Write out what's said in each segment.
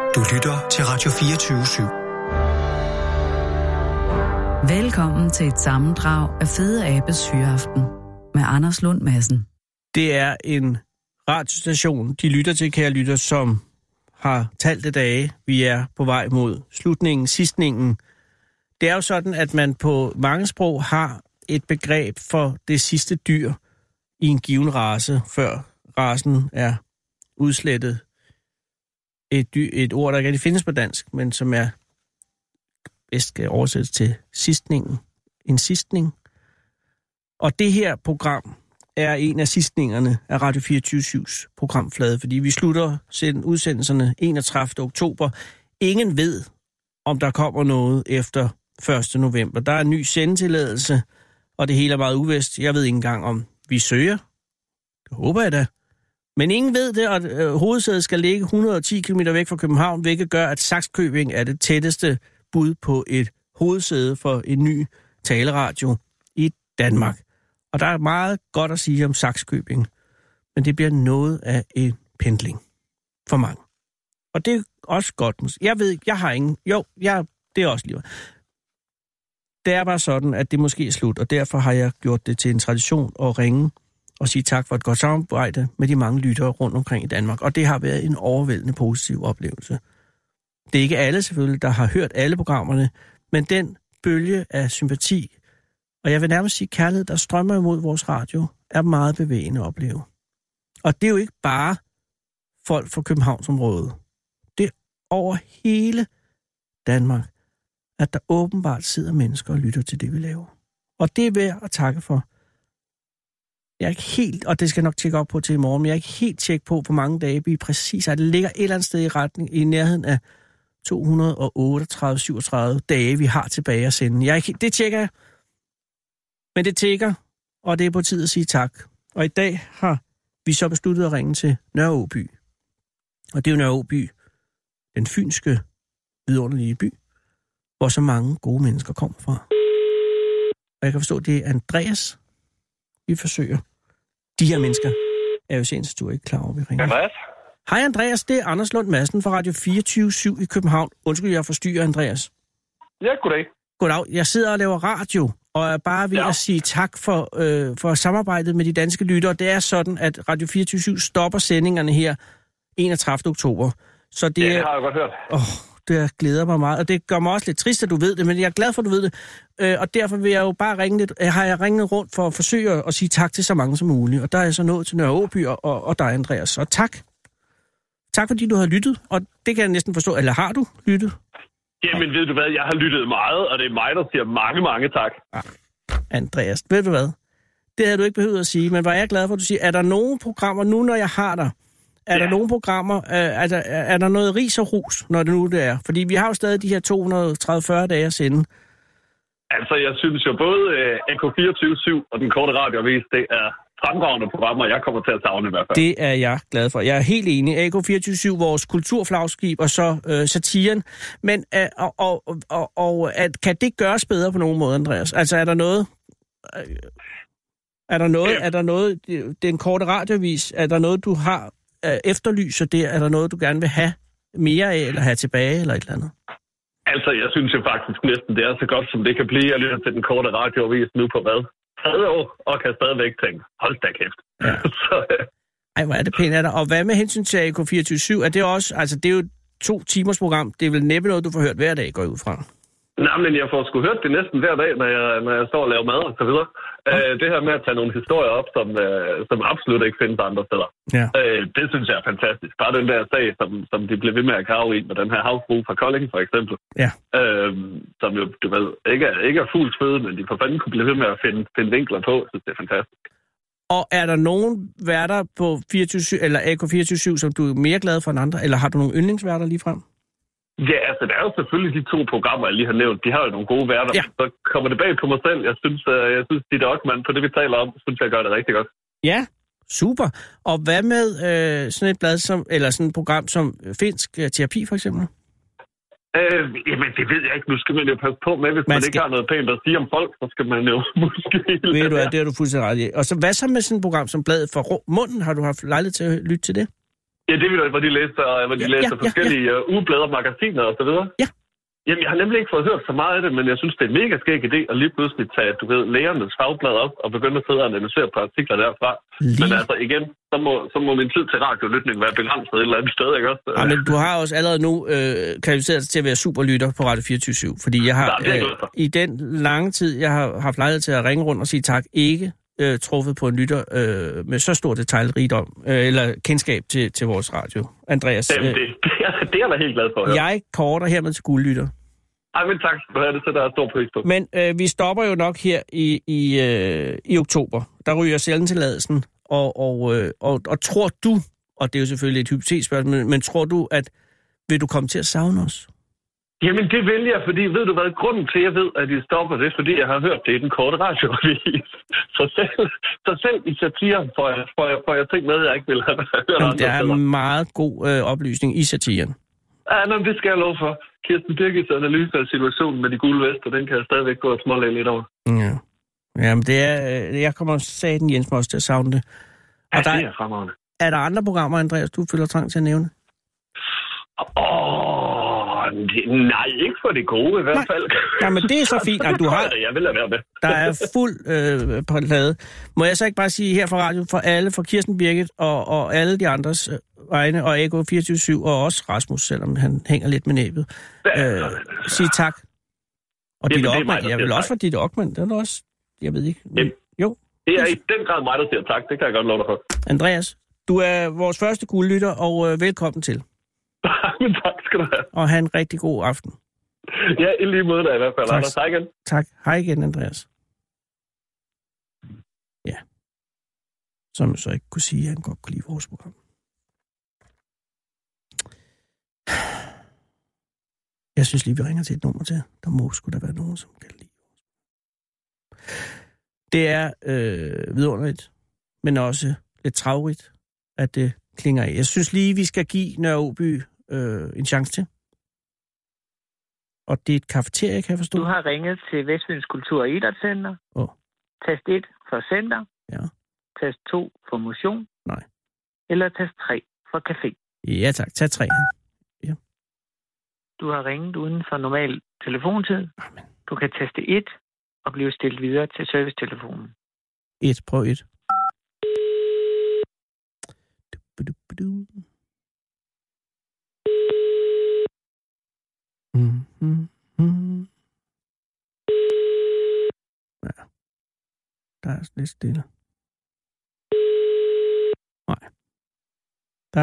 Du lytter til Radio 24/7. Velkommen til et sammendrag af Fede Abes Hyreaften med Anders Lund Madsen. Det er en radiostation, de lytter til, kære lytter, som har talte dage. Vi er på vej mod slutningen, sidstningen. Det er jo sådan, at man på mange sprog har et begreb for det sidste dyr i en given race, før racen er udslettet. Et ord, der ikke rigtig findes på dansk, men som er bedst skal oversættes til sidstningen. En sidstning. Og det her program er en af sidstningerne af Radio 24/7's programflade, fordi vi slutter udsendelserne 31. oktober. Ingen ved, om der kommer noget efter 1. november. Der er en ny sendetilladelse, og det hele er meget uvist. Jeg ved ikke engang, om vi søger. Det håber jeg da. Men ingen ved det, og hovedsædet skal ligge 110 km væk fra København, hvilket gør, at Sakskøbing er det tætteste bud på et hovedsæde for en ny taleradio i Danmark. Og der er meget godt at sige om Sakskøbing, men det bliver noget af en pendling for mange. Og det er også godt. Jeg ved ikke, jeg har ingen... det er også lige. Det er bare sådan, at det måske er slut, og derfor har jeg gjort det til en tradition at ringe og sige tak for et godt samarbejde med de mange lyttere rundt omkring i Danmark. Og det har været en overvældende positiv oplevelse. Det er ikke alle selvfølgelig, der har hørt alle programmerne, men den bølge af sympati, og jeg vil nærmest sige kærlighed, der strømmer imod vores radio, er meget bevægende at opleve. Og det er jo ikke bare folk fra Københavnsområdet. Det er over hele Danmark, at der åbenbart sidder mennesker og lytter til det, vi laver. Og det er værd at takke for. Jeg er ikke helt, og det skal jeg nok tjekke op på til i morgen, men jeg er ikke helt tjekket på, hvor mange dage vi præcis har. Det ligger et eller andet sted i retning, i nærheden af 238-37 dage, vi har tilbage at sende. Det tjekker jeg. Men det tækker, og det er på tid at sige tak. Og i dag har vi så besluttet at ringe til Nørre Aaby. Og det er jo Nørre Aaby, den fynske, vidunderlige by, hvor så mange gode mennesker kommer fra. Og jeg kan forstå, at det er Andreas, vi forsøger. De her mennesker er jo senest, du er ikke klar over, vi ringer. Andreas? Hej Andreas, det er Anders Lund Madsen fra Radio 24/7 i København. Undskyld, jeg forstyrrer, Andreas. Ja, goddag. Goddag, jeg sidder og laver radio, og er bare ved at sige tak for samarbejdet med de danske lyttere. Det er sådan, at Radio 24/7 stopper sendingerne her 31. oktober. Så det har jeg godt hørt. Det glæder mig meget, og det gør mig også lidt trist, at du ved det, men jeg er glad for, at du ved det. Og derfor vil jeg jo bare har ringet rundt for at forsøge at sige tak til så mange som muligt. Og der er jeg så nået til Nørre Aaby og dig, Andreas. Og tak. Tak, fordi du har lyttet, og det kan jeg næsten forstå. Eller har du lyttet? Jamen, ved du hvad, jeg har lyttet meget, og det er mig, der siger mange, mange tak. Andreas, ved du hvad? Det havde du ikke behøvet at sige, men var jeg glad for, at du siger, er der nogle programmer, nu når jeg har dig, er der nogle programmer, er der noget ris og ros, når det nu det er? Fordi vi har jo stadig de her 230-40 dage at sende. Altså, jeg synes jo både AK24/7 og den korte radioavis, det er fremragende programmer, jeg kommer til at savne i hvert fald. Det er jeg glad for. Jeg er helt enig. AK24/7, vores kulturflagskib, og så satiren. Men kan det gøres bedre på nogen måde, Andreas? Altså, er der noget, den korte radioavis, er der noget, du har efterlyser der? Er der noget, du gerne vil have mere af, eller have tilbage, eller et eller andet? Altså, jeg synes jo faktisk næsten, det er så godt, som det kan blive. Jeg lytter til den korte radioavis nu på hvad? 3 år, og kan stadigvæk tænke, hold da kæft. Ja. Ej, hvor er det pænt af dig. Og hvad med hensyn til AK24/7? Er det også, altså det er jo 2 timers program. Det er vel næppe noget, du får hørt hver dag, går jeg ud fra? Nej, men jeg får sgu hørt det næsten hver dag, når jeg står og laver mad og så videre. Det her med at tage nogle historier op, som absolut ikke findes andre steder. Ja. Det synes jeg er fantastisk. Bare den der sag, som de blev ved med at grave i, med den her havfru fra Kolding for eksempel. Ja. Som jo, du ved, ikke er fuldt fede, men de for fanden kunne blive ved med at finde vinkler på. Så synes det er fantastisk. Og er der nogen værter på 24/7 eller AK24/7, som du er mere glad for end andre? Eller har du nogle yndlingsværter lige frem? Ja, altså der er jo selvfølgelig de 2 programmer, jeg lige har nævnt. De har jo nogle gode værter. Ja. Så kommer det bag på mig selv. Jeg synes Ditte Okman, på det vi taler om, synes jeg gør det rigtig godt. Ja, super. Og hvad med sådan et blad eller sådan et program som Finsk Terapi for eksempel? Jamen, det ved jeg ikke. Nu skal man jo passe på med, hvis man ikke har noget pænt at sige om folk, så skal man jo måske... Ved du hvad, det har du fuldstændig ret i. Og så hvad så med sådan et program som Bladet for Munden? Har du haft lejlighed til at lytte til det? Ja, det er hvor de læser forskellige ugeblade og magasiner og så videre. Ja. Jamen, jeg har nemlig ikke fået hørt så meget af det, men jeg synes, det er en mega skæg idé at lige pludselig tage, lægernes fagblad op og begynde at sidde og analysere på artikler derfra. Men altså igen, så må min tid til radiolytning være begrænset et eller andet sted, ikke også? Ja, men du har også allerede nu kvalificeret dig til at være superlytter på Radio 24/7, fordi jeg har i den lange tid, jeg har haft lejlighed til at ringe rundt og sige tak, ikke truffet på en lytter med så stor detailrigdom, eller kendskab til vores radio. Andreas. Jamen, det er jeg da helt glad for. Ja. Jeg korter hermed til guldlytter. Ej, men tak skal du have, det sætter jeg stor pris på. Men vi stopper jo nok her i oktober. Der ryger selvtilladelsen, og tror du, og det er jo selvfølgelig et hypotetisk spørgsmål, men tror du, at vil du komme til at savne os? Jamen, det vil jeg, fordi ved du hvad, grunden til, at jeg ved, at de stopper det, fordi jeg har hørt det i den korte radioavis. Så selv i satiren får jeg tænkt med, at jeg ikke vil have hørt andre. Der er meget god oplysning i satiren. Ja, men det skal jeg love for. Kirsten Birgits analyse af situationen med de gule vester, den kan jeg stadigvæk gå og smålæge lidt over. Ja. Jamen, det er... Jeg kommer satan Jens også til at savne det. Og ja, det er fremragende. Er der andre programmer, Andreas, du føler trang til at nævne? Nej, ikke for det gode i hvert fald. Ja, men det er så fint, at du har... Jeg vil lade være med. Der er fuld plade. Må jeg så ikke bare sige her fra radio, for alle, for Kirsten Birgit og alle de andres vegne, og Ego 24/7, og også Rasmus, selvom han hænger lidt med næbet. Sig tak. Og Ditte Okman, jeg vil også for Ditte Okman, det er også... Jeg ved ikke. Jo. Det er i den grad mig, der siger tak. Det kan jeg godt love dig for. Andreas, du er vores første guldlytter, og velkommen til. Men tak skal du have. Og have en rigtig god aften. Ja, i lige måde da i hvert fald. Anders, hej igen. Tak. Hej igen, Andreas. Ja. Som jeg så ikke kunne sige, at han godt kunne lide vores program. Jeg synes lige, vi ringer til et nummer til. Der må sgu da være nogen, som kan lide vores. Det er vidunderligt, men også lidt travrigt, at det klinger af. Jeg synes lige, vi skal give Nørre Åby en chance til. Og det er et kafeterie, kan jeg forstå. Du har ringet til Vestfyns Kultur- og Idrætscenter. Tast 1 for center. Ja. Tast 2 for motion. Nej. Eller tast 3 for café. Ja tak, tag 3. Ja. Du har ringet uden for normal telefontid. Amen. Du kan taste 1 og blive stillet videre til servicetelefonen. 1, prøv 1. Ja. Der er lidt stille. Nej. Der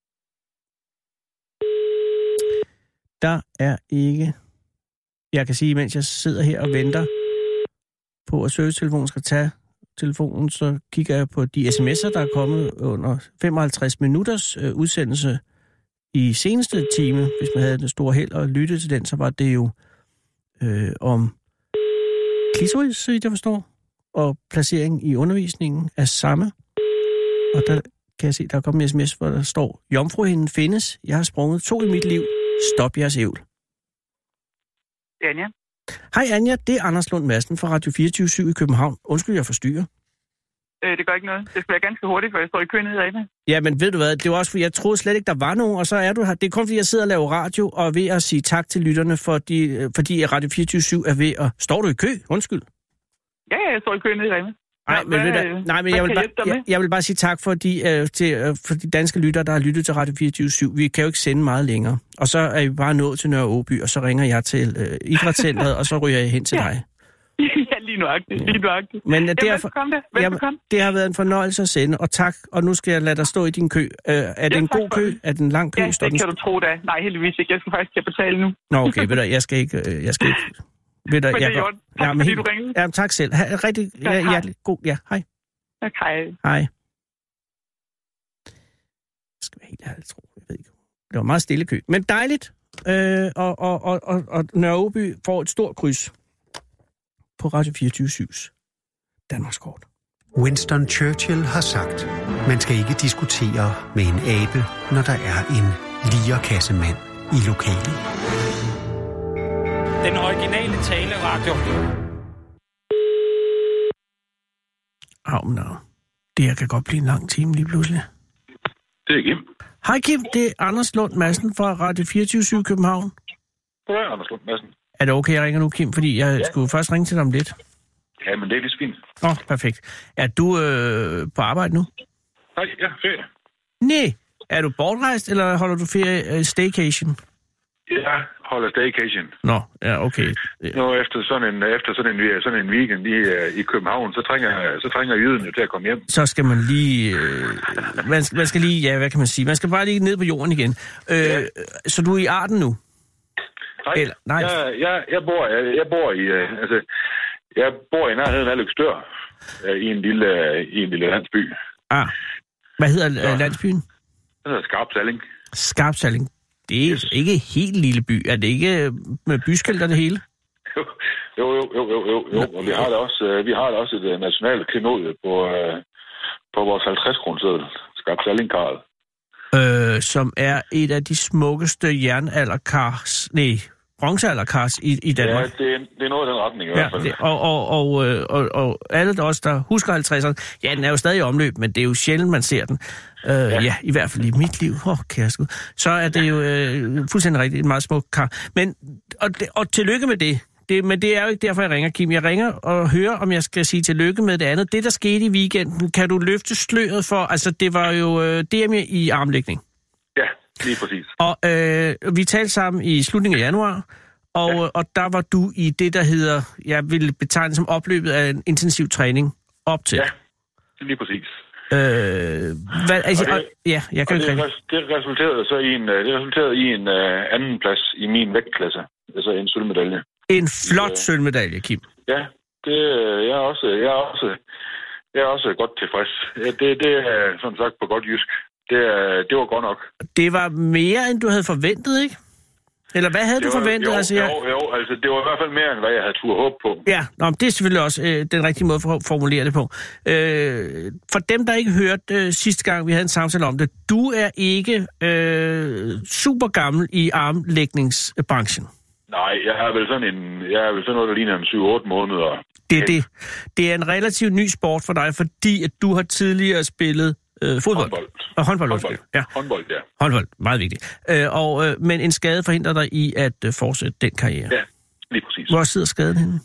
er ikke. Jeg kan sige, mens jeg sidder her og venter på, at servicetelefonen skal tage telefonen, så kigger jeg på de sms'er, der er kommet under 55 minutters udsendelse i seneste time. Hvis man havde den store held at lytte til den, så var det jo om klitoris, så jeg forstår, og placering i undervisningen af samme. Og der kan jeg se, der er kommet en sms, hvor der står, Jomfruhinden findes. Jeg har sprunget 2 i mit liv. Stop jeres ævl. Anja. Hej Anja, det er Anders Lund Madsen fra Radio 24/7 i København. Undskyld, jeg forstyrrer. Det gør ikke noget. Det skal være ganske hurtigt, for jeg står i køen nede af. Ja, men ved du hvad, det var også fordi, jeg troede slet ikke, der var nogen, og så er du her. Det er kun fordi, jeg sidder og laver radio, og er ved at sige tak til lytterne, fordi Radio 24/7 er ved at... Står du i kø? Undskyld. Ja, jeg står i køen nede af. Nej, men jeg vil bare sige tak for de danske lyttere, der har lyttet til Radio 24/7. Vi kan jo ikke sende meget længere. Og så er vi bare nået til Nørre Åby, og så ringer jeg til idrætscentret, og så ryger jeg hen til dig. Ja, lige nøjagtigt. Men velbekomme. Det har været en fornøjelse at sende, og tak. Og nu skal jeg lade dig stå i din kø. Er det en god kø? Er det en lang kø? Ja, det kan du tro da. Nej, heldigvis ikke. Jeg skal faktisk til at betale nu. Nå, okay, ved du, jeg skal ikke... Ved du, men det er jo tak, fordi du ringede. Ja, tak selv. Rigtig hjertelig god... Ja, hej. Hej. Hej. Jeg skal være helt ærlig, tro. Jeg ved ikke. Det var meget stille kø. Men dejligt. Og Nørre Åby får et stort kryds på Radio 24/7's Danmarkskort. Winston Churchill har sagt, man skal ikke diskutere med en abe, når der er en lierkassemand i lokalet. Den originale taleradio. Det her kan godt blive en lang time lige pludselig. Det er Kim. Hej Kim, det er Anders Lund Madsen fra Radio 24/7 København. Goddag, Anders Lund Madsen. Er det okay, jeg ringer nu, Kim? Fordi jeg skulle først ringe til dig om lidt. Ja, men det er lige fint. Perfekt. Er du på arbejde nu? Nej, ja, ferie. Nej. Er du bortrejst, eller holder du ferie staycation? Jeg holder staycation. Nå, ja, okay. Nu efter sådan en weekend i København, så trænger jyden jo til at komme hjem. Så skal man lige... man skal lige... Ja, hvad kan man sige? Man skal bare lige ned på jorden igen. Så du er i Arden nu? Nej. Jeg bor i nærheden af Løgstør, i en lille landsby. Hvad hedder landsbyen? Det hedder Skarpsalling. Skarpsalling. Det er ikke en helt lille by. Er det ikke med byskilter det hele? Jo. Og vi har da også et nationalt klenodie på vores 50-kroneseddel. Skarpsallingkarret. Som er et af de smukkeste bronzealderkars i Danmark. Ja, det er noget i den retning i hvert fald. Og alle også, der husker 50'erne, ja, den er jo stadig i omløb, men det er jo sjældent, man ser den. I hvert fald i mit liv. Kære Gud. Så er det jo fuldstændig rigtigt, en meget smuk kar. Og tillykke med det. Men det er jo ikke derfor, jeg ringer, Kim. Jeg ringer og hører, om jeg skal sige tillykke med det andet. Det, der skete i weekenden, kan du løfte sløret for? Altså, det var jo DM i armlægning. Ja, lige præcis. Og vi talte sammen i slutningen af januar, og der var du i det, der hedder, jeg vil betegne som opløbet af en intensiv træning op til. Ja, lige præcis. Jeg kan ikke det resulterede i en anden plads i min vægtklasse, altså en sølvmedalje. En flot sølvmedalje, Kim. Ja, jeg er også godt tilfreds. Det er som sagt på godt jysk. Det var godt nok. Det var mere, end du havde forventet, ikke? Eller hvad havde du forventet? Altså, det var i hvert fald mere, end hvad jeg havde turde håbe på. Ja, det er selvfølgelig også den rigtige måde at formulere det på. For dem, der ikke hørte sidste gang, vi havde en samtale om det, du er ikke super gammel i armlægningsbranchen. Nej, jeg er vel sådan noget, der ligner en 7-8 måneder. Det er en relativt ny sport for dig, fordi at du har tidligere spillet fodbold. Håndbold. Ja. Håndbold, meget vigtigt. Men en skade forhindrer dig i at fortsætte den karriere. Ja, lige præcis. Hvor sidder skaden henne?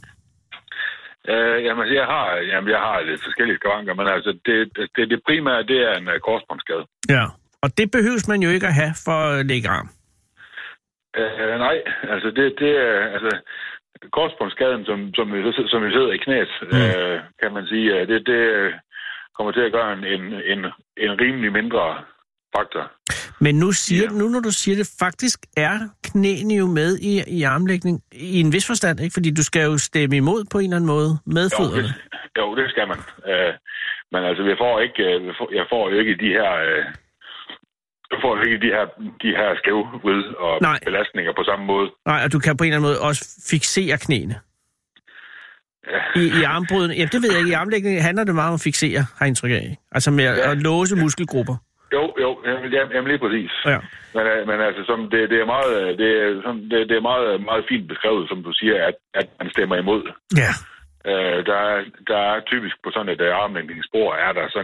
Jeg har lidt forskellige skavanker, men altså det primære, det er en korsbåndsskade. Ja, og det behøves man jo ikke at have for at lægge arm. Nej, altså det er altså korsbåndsskaden, som vi sidder i knæet, kan man sige, det kommer til at gøre en rimelig mindre faktor. Men nu når du siger det, faktisk er knæene jo med i armlægning i en vis forstand, ikke? Fordi du skal jo stemme imod på en eller anden måde med fødderne. Jo, det skal man. Men altså, jeg får jo ikke de her... Du får ikke de her skævvrid og belastninger på samme måde. Nej, og du kan på en eller anden måde også fixere knæene. Ja. I armbryden. Ja, det ved jeg ikke. I armlægning handler det meget om at fixere, har jeg indtryk af. Ikke? Altså med at låse muskelgrupper. Jo, jamen lige præcis. Ja. Men altså, som det er meget fint beskrevet, som du siger, at man stemmer imod. Ja. Der er typisk på sådan et armlægningsspor, er der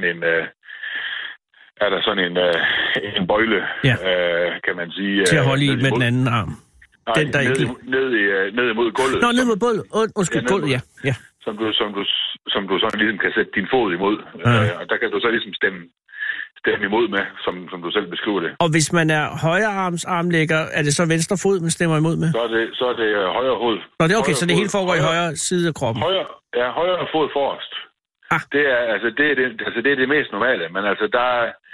sådan en bøjle, kan man sige. Til at holde i med den anden arm. Nej, den, der ned imod gulvet. Ned mod gulvet. Undskyld, gulvet, ja. Som du sådan ligesom kan sætte din fod imod. Og der kan du så ligesom stemme imod med, som du selv beskriver det. Og hvis man er højrearmsarmlægger, er det så venstre fod, man stemmer imod med? Så er det højre hoved. Nå, det er okay, så det hele foregår i højre side af kroppen? Højre fod forrest. Det er det mest normale, men altså der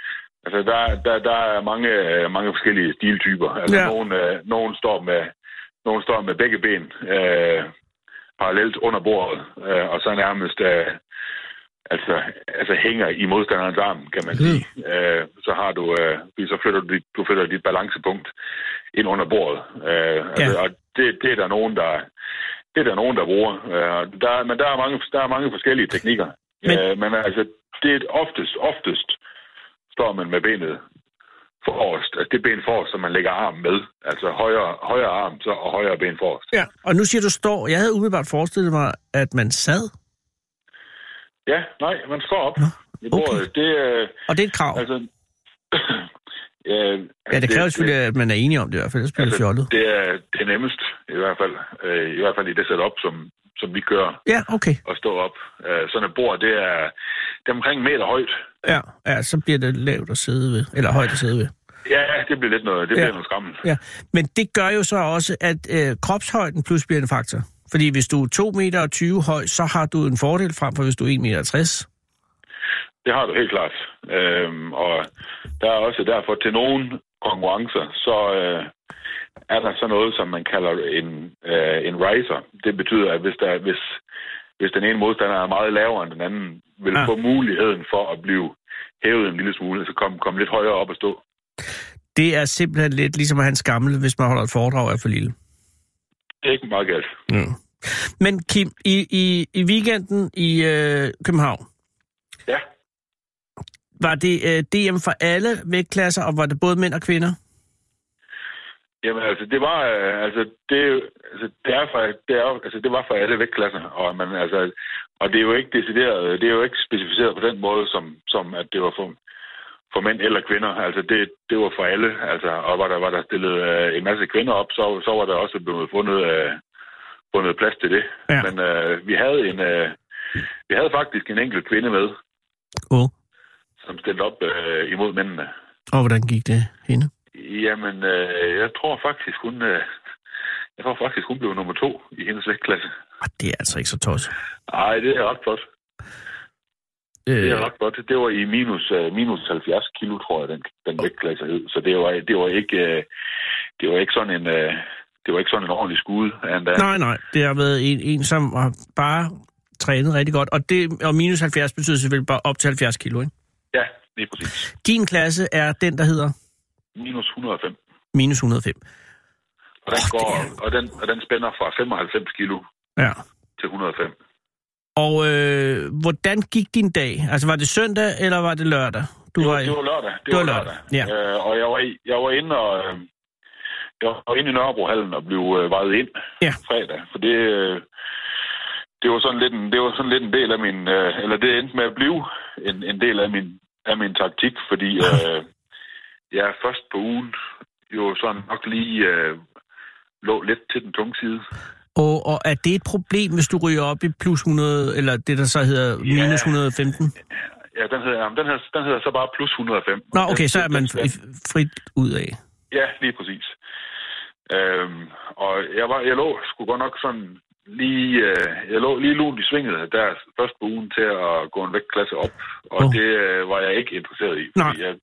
er mange forskellige stiltyper. Altså nogen står med begge ben parallelt under bordet, og så nærmest altså hænger i modstanderens arm, kan man sige. Så har så flytter dit balancepunkt ind under bordet. Og det er der nogen der bruger. Men der er mange forskellige teknikker. Men altså det er oftest står man med benet forrest. Altså det ben forrest, som man lægger arm med. Altså højre arm og højre ben forrest. Ja, og nu siger du står. Jeg havde umiddelbart forestillet mig, at man sad. Ja, nej, man står op. Okay. Og det er et krav? Altså, Ja, det kræver selvfølgelig, at man er enig om det i hvert fald. Det bliver fjollet. Det er nemmest, i hvert fald i det setup, som vi kører. Ja, okay. Og stå op. Sådan et bord, det er omkring 1 meter højt. Ja, så bliver det lavt at sidde ved, eller højt at sidde ved. Ja, det bliver lidt noget, bliver noget skræmmende. Ja, men det gør jo så også, at kropshøjden plus bliver en faktor. Fordi hvis du er 2,20 meter høj, så har du en fordel frem for, hvis du er 1,60 meter. Det har du helt klart. Og der er også derfor til nogle konkurrencer, så er der så noget, som man kalder en riser. Det betyder, at hvis den ene modstander er meget lavere end den anden, vil få muligheden for at blive hævet en lille smule, så komme lidt højere op at stå. Det er simpelthen lidt ligesom at have en skammel, hvis man holder et foredrag af for lille. Det er ikke meget galt. Mm. Men Kim, i weekenden i København, ja. Var det DM for alle vægtklasser, og var det både mænd og kvinder? Jamen altså, det var det var for alle vægtklasser, og det er jo ikke decideret, det er jo ikke specificeret på den måde, som at det var for mænd eller kvinder. Altså det var for alle, altså, og var der stillet en masse kvinder op, så var der også blevet fundet plads til det. Ja. Men vi havde faktisk en enkelt kvinde med. Som stillede op imod mændene. Og hvordan gik det hende? Jamen, jeg tror faktisk, hun blev nummer 2 i hendes vægtklasse. Det er altså ikke så tosset. Nej, det er ret godt. Det er ret godt. Det var i minus 70 kilo, tror jeg, den vægtklasse hed. Så det var ikke sådan en... Det var ikke sådan en ordentlig skud. Nej. Det har været en som har bare trænet rigtig godt. Og minus 70 betyder selvfølgelig bare op til 70 kilo, ikke? Ja, lige præcis. Din klasse er den, der hedder? Minus 105. Minus 105. Og den spænder fra 95 kilo til 105. Og hvordan gik din dag? Altså, var det søndag, eller var det lørdag? Det var lørdag. Det var lørdag. Ja. Og jeg var inde og... Jeg var inde i Nørrebrohallen og blev vejet ind fredag, for det var sådan lidt en del af min, eller det endte med at blive en del af min taktik, fordi jeg først på ugen jo sådan nok lige lå lidt til den tunge side. Og er det et problem, hvis du ryger op i plus 100, eller det der så hedder minus 115? Ja, den hedder så bare plus 105. Nå, okay, så er man frit ud af. Ja, lige præcis. Og jeg lå sgu godt nok sådan jeg lå lige lunt i svinget der først på ugen til at gå en vægtklasse op, og det var jeg ikke interesseret i.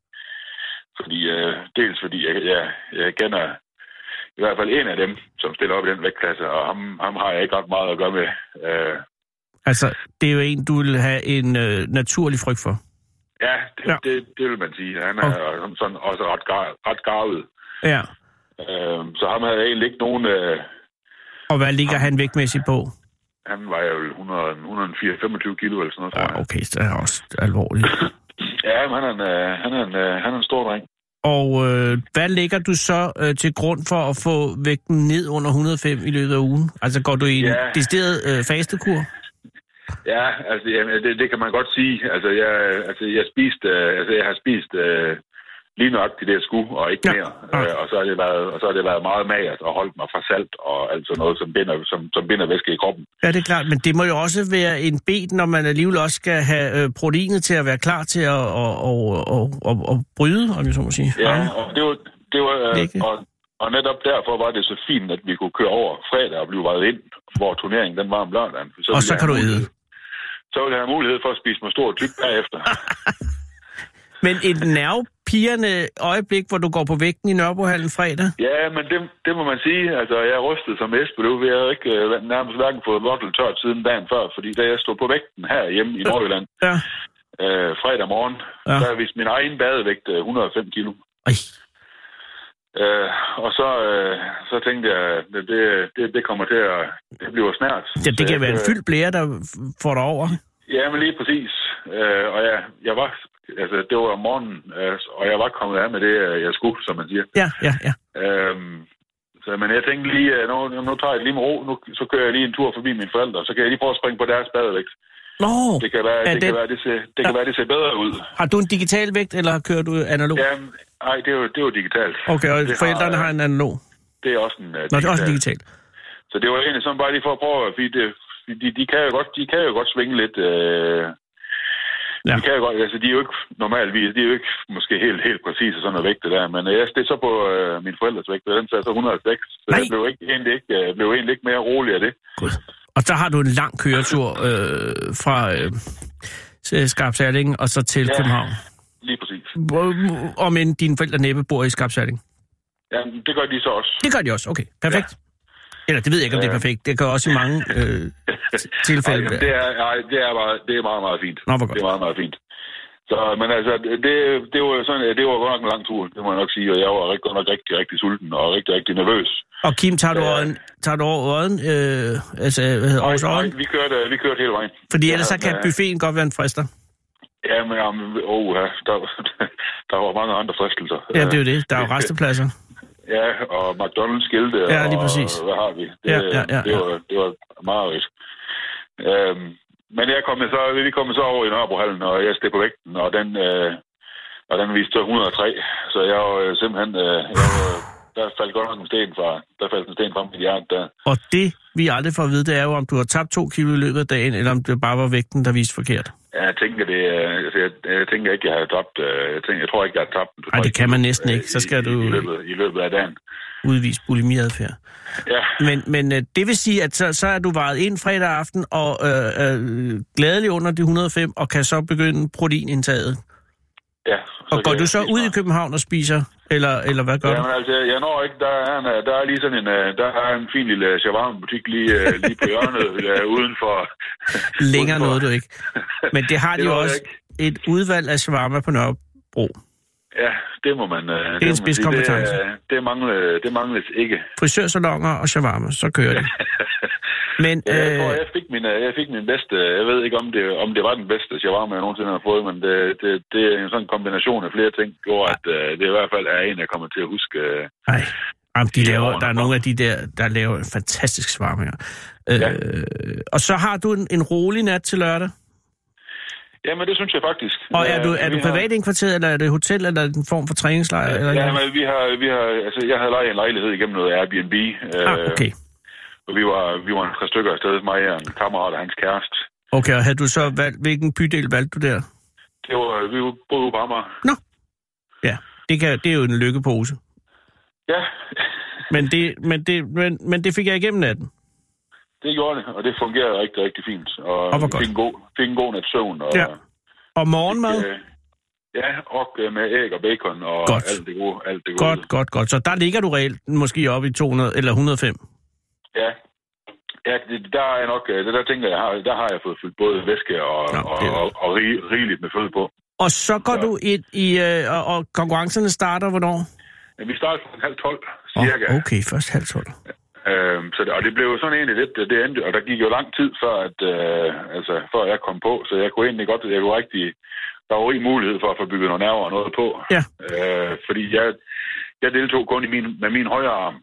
Fordi jeg kender i hvert fald en af dem, som stiller op i den vægtklasse, og ham har jeg ikke ret meget at gøre med. Altså, det er jo en, du vil have en naturlig frygt for? Ja, det vil man sige. Han er sådan også ret garvet. Ja. Så ham havde jeg egentlig ikke nogen... Og hvad ligger han vægtmæssigt på? Han var jo 104-25 kilo eller sådan noget. Ja, okay, så er det også alvorligt. Ja, men han er en stor dreng. Og hvad lægger du så til grund for at få vægten ned under 105 i løbet af ugen? Altså går du i en decideret fastekur? Ja, altså det kan man godt sige. Altså jeg har spist lige nøjagtigt det jeg skulle, og ikke mere. Og så har det været meget magert og holdt mig fra salt og alt sådan noget, som binder væske i kroppen. Ja, det er klart, men det må jo også være en bed, når man alligevel også skal have proteinet til at være klar til at bryde, om jeg så må sige. Ja, og det var og netop derfor var det så fint, at vi kunne køre over fredag og blive vejet ind, hvor turneringen den var om lørdagen. Så kan du æde. Så vil jeg have mulighed for at spise mig stor og tyk bagefter. Men et nervepirrende øjeblik, hvor du går på vægten i Nørrebrohallen fredag? Ja, men det må man sige. Altså, jeg er rystet som Esbjerg. Vi har ikke nærmest hverken fået vokkel tørt siden dagen før, fordi da jeg stod på vægten her hjemme i Nordjylland fredag morgen, så har jeg vist min egen badevægt 105 kilo. Og så tænkte jeg, det kommer til at... Det bliver snart. Ja, det kan være en fyldt blære, der får dig over. Ja, men lige præcis. Og jeg var... Altså, det var om morgenen, og jeg var kommet af med det, jeg skulle, som man siger. Ja. Men jeg tænkte lige, nu tager jeg lige med ro, så kører jeg lige en tur forbi mine forældre, så kan jeg lige prøve at springe på deres badevægt. Det kan være, det ser bedre ud. Har du en digital vægt, eller kører du analog? Nej, det er jo digitalt. Okay, og forældrene har en analog? Det er også en digital. Nå, det er også digitalt. Så det var egentlig sådan bare lige for at prøve, fordi de kan jo godt svinge lidt. Ja. De kan jo godt, altså de er jo ikke normalvis, de er jo ikke måske helt præcise sådan noget vægt det der, men jeg steg så på min forældres vægt, og den sagde så 106, så jeg blev egentlig ikke mere rolig af det. God. Og så har du en lang køretur fra Skarpserding og så til København. Lige præcis. Og men dine forældre næppe bor i Skarpserding? Ja, det gør de så også. Det gør de også, okay. Perfekt. Ja. Eller det ved jeg ikke, om det er perfekt. Det gør også i mange tilfælde. Det er meget, meget fint. Nå, hvor godt. Det er meget, meget fint. Så, men altså, det var sådan, det var godt nok en lang tur, det må jeg nok sige, og jeg var rigtig sulten og rigtig nervøs. Og Kim, tager du over Odden? Nej, vi kørte hele vejen. Fordi ellers så kan buffeten godt være en frister. Ja, men der var mange andre fristelser. Ja, det er jo det. Der er jo restepladser. Ja, og McDonald's skilte, ja, lige præcis. Og hvad har vi? Det var meget rigt. Men vi kom så over i Nørrebrohallen, og jeg steg på vægten, og den viste 103. Så jeg var simpelthen... der faldt godt nok en sten fra mit hjerte der. Og det, vi aldrig får at vide, det er jo, om du har tabt 2 kilo i løbet af dagen, eller om det bare var vægten, der viste forkert. Ja, jeg tænker det. Jeg tænker ikke, jeg har tabt. Jeg tror ikke, jeg har tabt. Nej, det kan man næsten ikke. Så skal du i løbet af dagen udvise bulimiadfærd. Ja. Men det vil sige, at så er du varet ind fredag aften og gladelig under de 105 og kan så begynde proteinindtaget. Ja. Og går du så ud i København og spiser, eller hvad gør du? Jamen altså, jeg når ikke. Der er lige sådan en fin lille shawarma-butik lige på hjørnet uden for... Længere nåede du ikke. Men det har de jo også et udvalg af shawarma på Nørrebro. Ja, det må man... Det er en spidskompetence. Det mangles ikke. Frisørsalonger og shawarma, så kører det. Men, jeg tror, jeg fik min bedste... Jeg ved ikke, om det var den bedste shawarma, jeg nogensinde har fået, men det er en sådan kombination af flere ting, hvor at det i hvert fald er en, jeg kommer til at huske... Nej, der er nogle af de der laver fantastisk shawarma. Ja. Og så har du en rolig nat til lørdag? Jamen, det synes jeg faktisk. Og er du privat indkvarteret, eller er det hotel, eller er det en form for træningslejr? Ja, men vi har... Altså, jeg havde lejet en lejlighed igennem noget Airbnb. Okay. Og vi var 3 stykker afsted, mig og en kammerat og hans kæreste. Okay, og havde du så hvilken bydel valgte du der? Vi boede på Amager. Nå. Ja, det er jo en lykkepose. Ja. Men det fik jeg igennem natten. Det gjorde det, og det fungerede rigtig, rigtig fint. Og fik en god nat søvn. Og, ja. Og morgenmad? Ja, og med æg og bacon og godt. Alt det gode. Godt. Så der ligger du reelt måske oppe i 200 eller 105? Ja, der er nok, det der tænker jeg, der har jeg fået fyldt både væske og rigeligt med føde på. Og så går du ind i, og konkurrencerne starter hvornår? Ja, vi starter kl. 11:30 cirka. Okay, først 11:30. Og det blev sådan egentlig lidt, det endte, og der gik jo lang tid før jeg kom på, så jeg kunne egentlig godt, der var ikke mulighed for at få bygget nogle nerver og noget på. Ja. Fordi jeg deltog kun med min højre arm.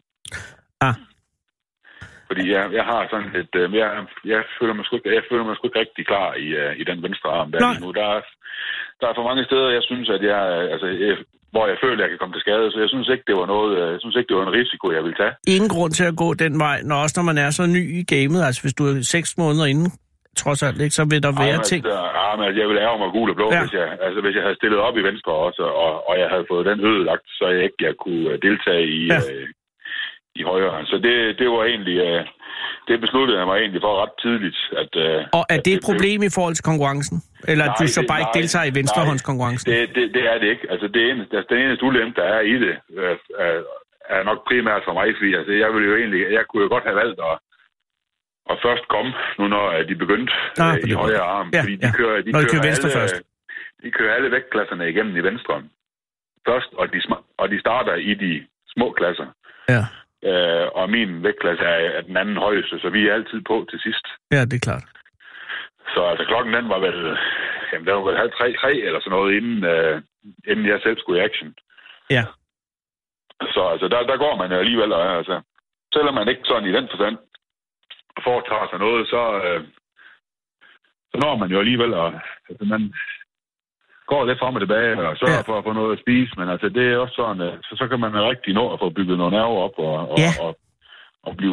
Fordi jeg har sådan et, jeg føler mig sgu ikke rigtig klar i den venstre arm der lige nu. Der er for mange steder, jeg synes, at hvor jeg føler, at jeg kan komme til skade, så jeg synes ikke, det var en risiko, jeg vil tage. Ingen grund til at gå den vej, når man er så ny i gamet, altså hvis du er 6 måneder inden, trods alt, ikke, så vil der være ting. Jeg ville ærge mig gul og blå, hvis jeg havde stillet op i venstre også, og jeg havde fået den ødelagt, så jeg kunne deltage i højre. Så det var egentlig... Det besluttede jeg mig egentlig for ret tidligt. Og er det et problem i forhold til konkurrencen? Eller du så bare ikke deltager i venstrehåndskonkurrencen? Det er det ikke. Altså, den eneste ulempe, der er i det, er nok primært for mig, fordi jeg kunne jo godt have valgt at først komme, nu når de begyndte i højre arm. Ja, fordi de kører venstre først. De kører alle vægtklasserne igennem i venstre først, og de starter i de små klasser. Ja. Og min vægtklasse er den anden højeste, så vi er altid på til sidst. Ja, det er klart. Så altså, klokken den var vel 2:30 eller sådan noget, inden jeg selv skulle i action. Ja. Så altså, der går man alligevel, og altså, selvom man ikke sådan i den forstand foretager sig noget, så når man jo alligevel, og altså, man går lidt frem og tilbage og sørger for at få noget at spise, men altså det er også sådan, så kan man rigtig nå at få bygget nogle nerver op og blive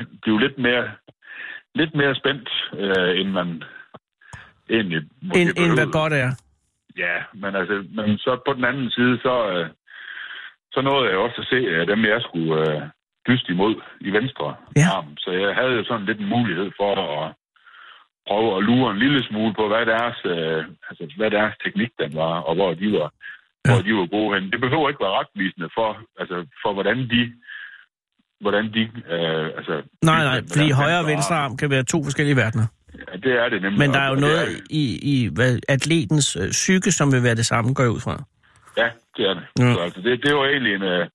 lidt mere spændt, end man egentlig end hvad godt er. Ja, men så på den anden side, så nåede jeg også at se dem, jeg skulle dyste imod i venstre arm. Så jeg havde jo sådan lidt en mulighed for at prøve at lure en lille smule på, hvad deres teknik den var, og hvor de var gode hen. Det behøver ikke være retvisende for hvordan de Nej, fordi højre og venstre arm kan være to forskellige verdener. Ja, det er det nemlig. Men der er jo noget i atletens psyke, som vil være det samme, går jeg ud fra. Ja, det er det. Ja. Så, altså, det var egentlig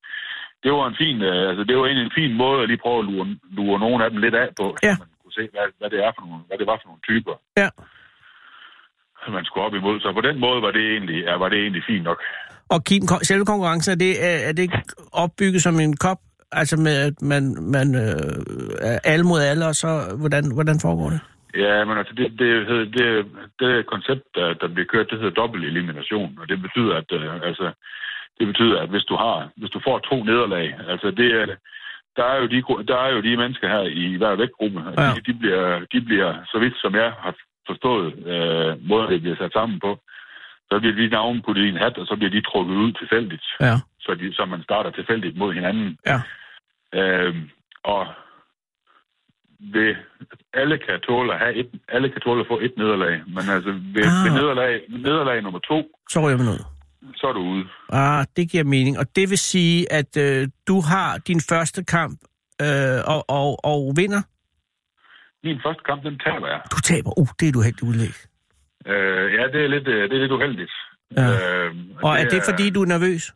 en fin måde at lige prøve at lure nogle af dem lidt af på, så man kunne se, hvad det var for nogle typer. Ja. Man skulle op imod. Så på den måde var det egentlig fint nok. Og Kim, selve konkurrencen, er det opbygget som en kop? Altså med, at man er alle mod alle, og så hvordan foregår det? Ja, men altså det koncept, der bliver kørt, det hedder dobbelt elimination, og det betyder, at hvis du får 2 nederlag, altså der er jo de mennesker her i hver vægtgruppe, de bliver, så vidt som jeg har forstået, måden det bliver sat sammen på, så bliver de navne puttet i en hat, og så bliver de trukket ud tilfældigt, så man starter tilfældigt mod hinanden. Ja. Og alle kan tåle at få et nederlag, men altså ved nederlag nummer 2, så ryger man ud. Så er du ude. Det giver mening. Og det vil sige, at du har din første kamp og vinder? Min første kamp, den taber jeg. Du taber? Det er du helt ulæg. Ja, det er lidt uheldigt. Ja. Og er det fordi, du er nervøs?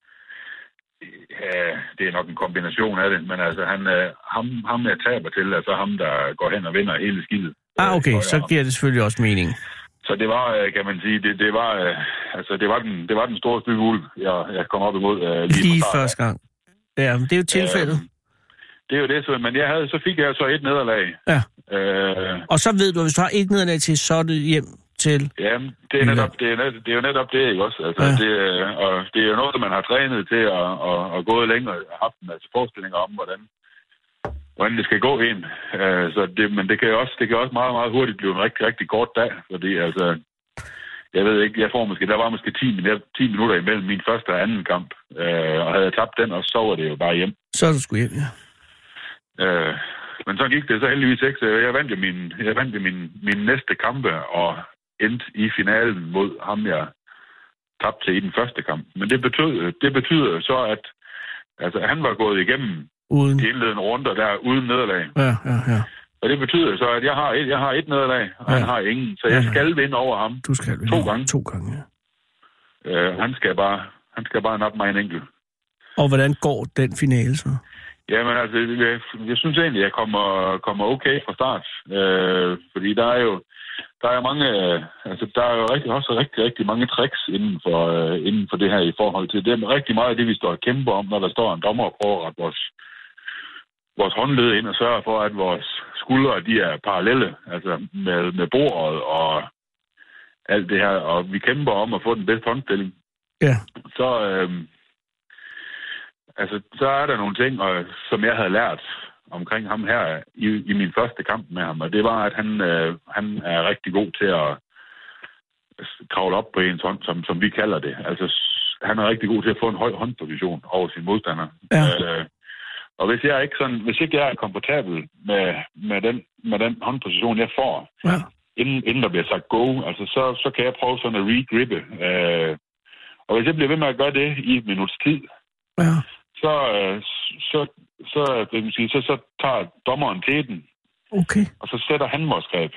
Ja, det er nok en kombination af det, men altså ham jeg taber til, altså ham, der går hen og vinder hele skidtet. Okay, så giver det selvfølgelig også mening. Så det var, kan man sige, det var den store stykke ulv, jeg kom op imod lige første gang. Ja, det er jo tilfældet. Det er jo det, men så fik jeg så et nederlag. Ja. Og så ved du, at hvis du har et nederlag til, så er det hjem til... Ja, det er jo netop det, ikke også? Altså, det er jo noget, man har trænet til og gået længere og haft en masse forestillinger om, hvordan det skal gå ind. Men det kan også meget, meget hurtigt blive en rigtig, rigtig kort dag, fordi altså... Jeg ved ikke, der var måske 10 minutter imellem min første og anden kamp, og havde jeg tabt den, og så var det jo bare hjem. Så er du sgu hjem, ja. Men så gik det så heldigvis ikke, så jeg vandt jo min næste kampe, og endte i finalen mod ham, jeg tabte til i den første kamp. Men det betyder så, at altså, han var gået igennem de indledende runder der uden nederlag. Ja. Og det betyder så, at jeg har et nederlag, og han har ingen. Så jeg skal vinde over ham. Du skal vinde 2 gange, ja. Han skal bare nappe mig en enkelt. Og hvordan går den finale så? Jamen altså, jeg synes egentlig, jeg kommer okay fra start. Fordi der er jo mange, altså der er jo rigtig mange tricks inden for det her i forhold til det. Er rigtig meget af det, vi står og kæmper om, når der står en dommer og prøver at vores håndled ind og sørge for, at vores skuldre, de er parallelle, altså med bordet og alt det her. Og vi kæmper om at få den bedste håndstilling. Ja. Så er der nogle ting, som jeg havde lært omkring ham her i min første kamp med ham, og det var, at han er rigtig god til at kravle op på ens hånd, som vi kalder det. Altså, han er rigtig god til at få en høj håndposition over sin modstander. Ja. Og hvis ikke jeg er komfortabel med den håndposition, jeg får, inden der bliver sagt go, altså så kan jeg prøve sådan at regrippe. Og hvis jeg bliver ved med at gøre det i et minuts tid, så tager dommeren teten, okay, og så sætter han vores greb.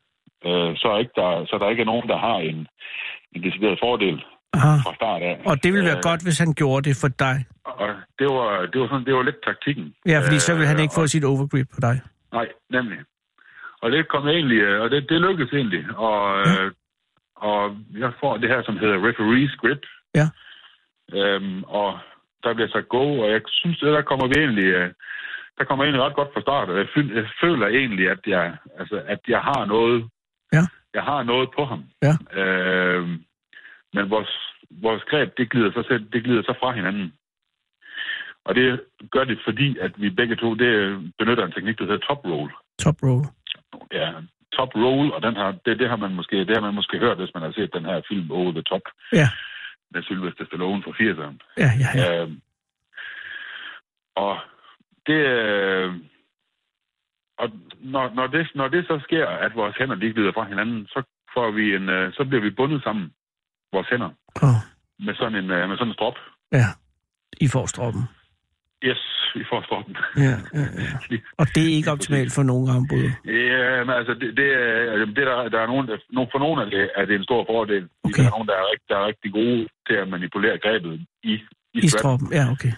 Så der ikke er nogen, der har en decideret fordel fra start af. Og det ville være godt, hvis han gjorde det for dig. Og det var lidt taktikken. Ja, fordi så ville han ikke få sit overgrip på dig. Nej, nemlig. Og det kom egentlig, og det lykkedes egentlig. Og jeg får det her, som hedder referee's grip. Ja. Og der bliver sagt go, og jeg synes, der kommer egentlig ret godt fra start, og jeg føler egentlig, at jeg har noget, jeg har noget på ham. Ja. Men vores greb, det glider så fra hinanden. Og det gør det, fordi at vi begge to benytter en teknik, der hedder top roll. Top roll. Ja, top roll, og det har man måske hørt, hvis man har set den her film Over the Top. Ja. Med Sylvester Stallone fra 80'erne. Ja. Og det... Og når det så sker, at vores hænder de glider fra hinanden, så bliver vi bundet sammen, vores hænder, med sådan en strop. Ja, I får stroppen. Yes, vi får stroppen. Ja. Og det er ikke optimalt for nogen armbryder? Ja, men altså, der er nogen, for nogen er det en stor fordel. Okay. Der er nogen, der er rigtig gode til at manipulere grebet i stroppen. Ja, okay.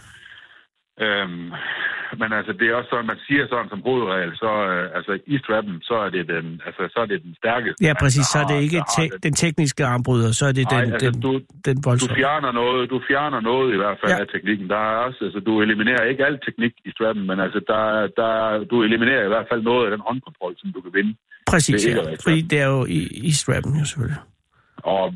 Men altså, det er også sådan, man siger sådan som hovedregel, så altså i strappen, så er det den stærkeste. Ja, præcis, så er det ikke den tekniske armbryder, så er det den voldsomme. Du fjerner noget i hvert fald af teknikken. Der er også, altså, du eliminerer ikke al teknik i strappen, men altså, du eliminerer i hvert fald noget af den håndkontrol, som du kan vinde. Præcis, ja. Fordi det er jo i strappen, jo selvfølgelig. Og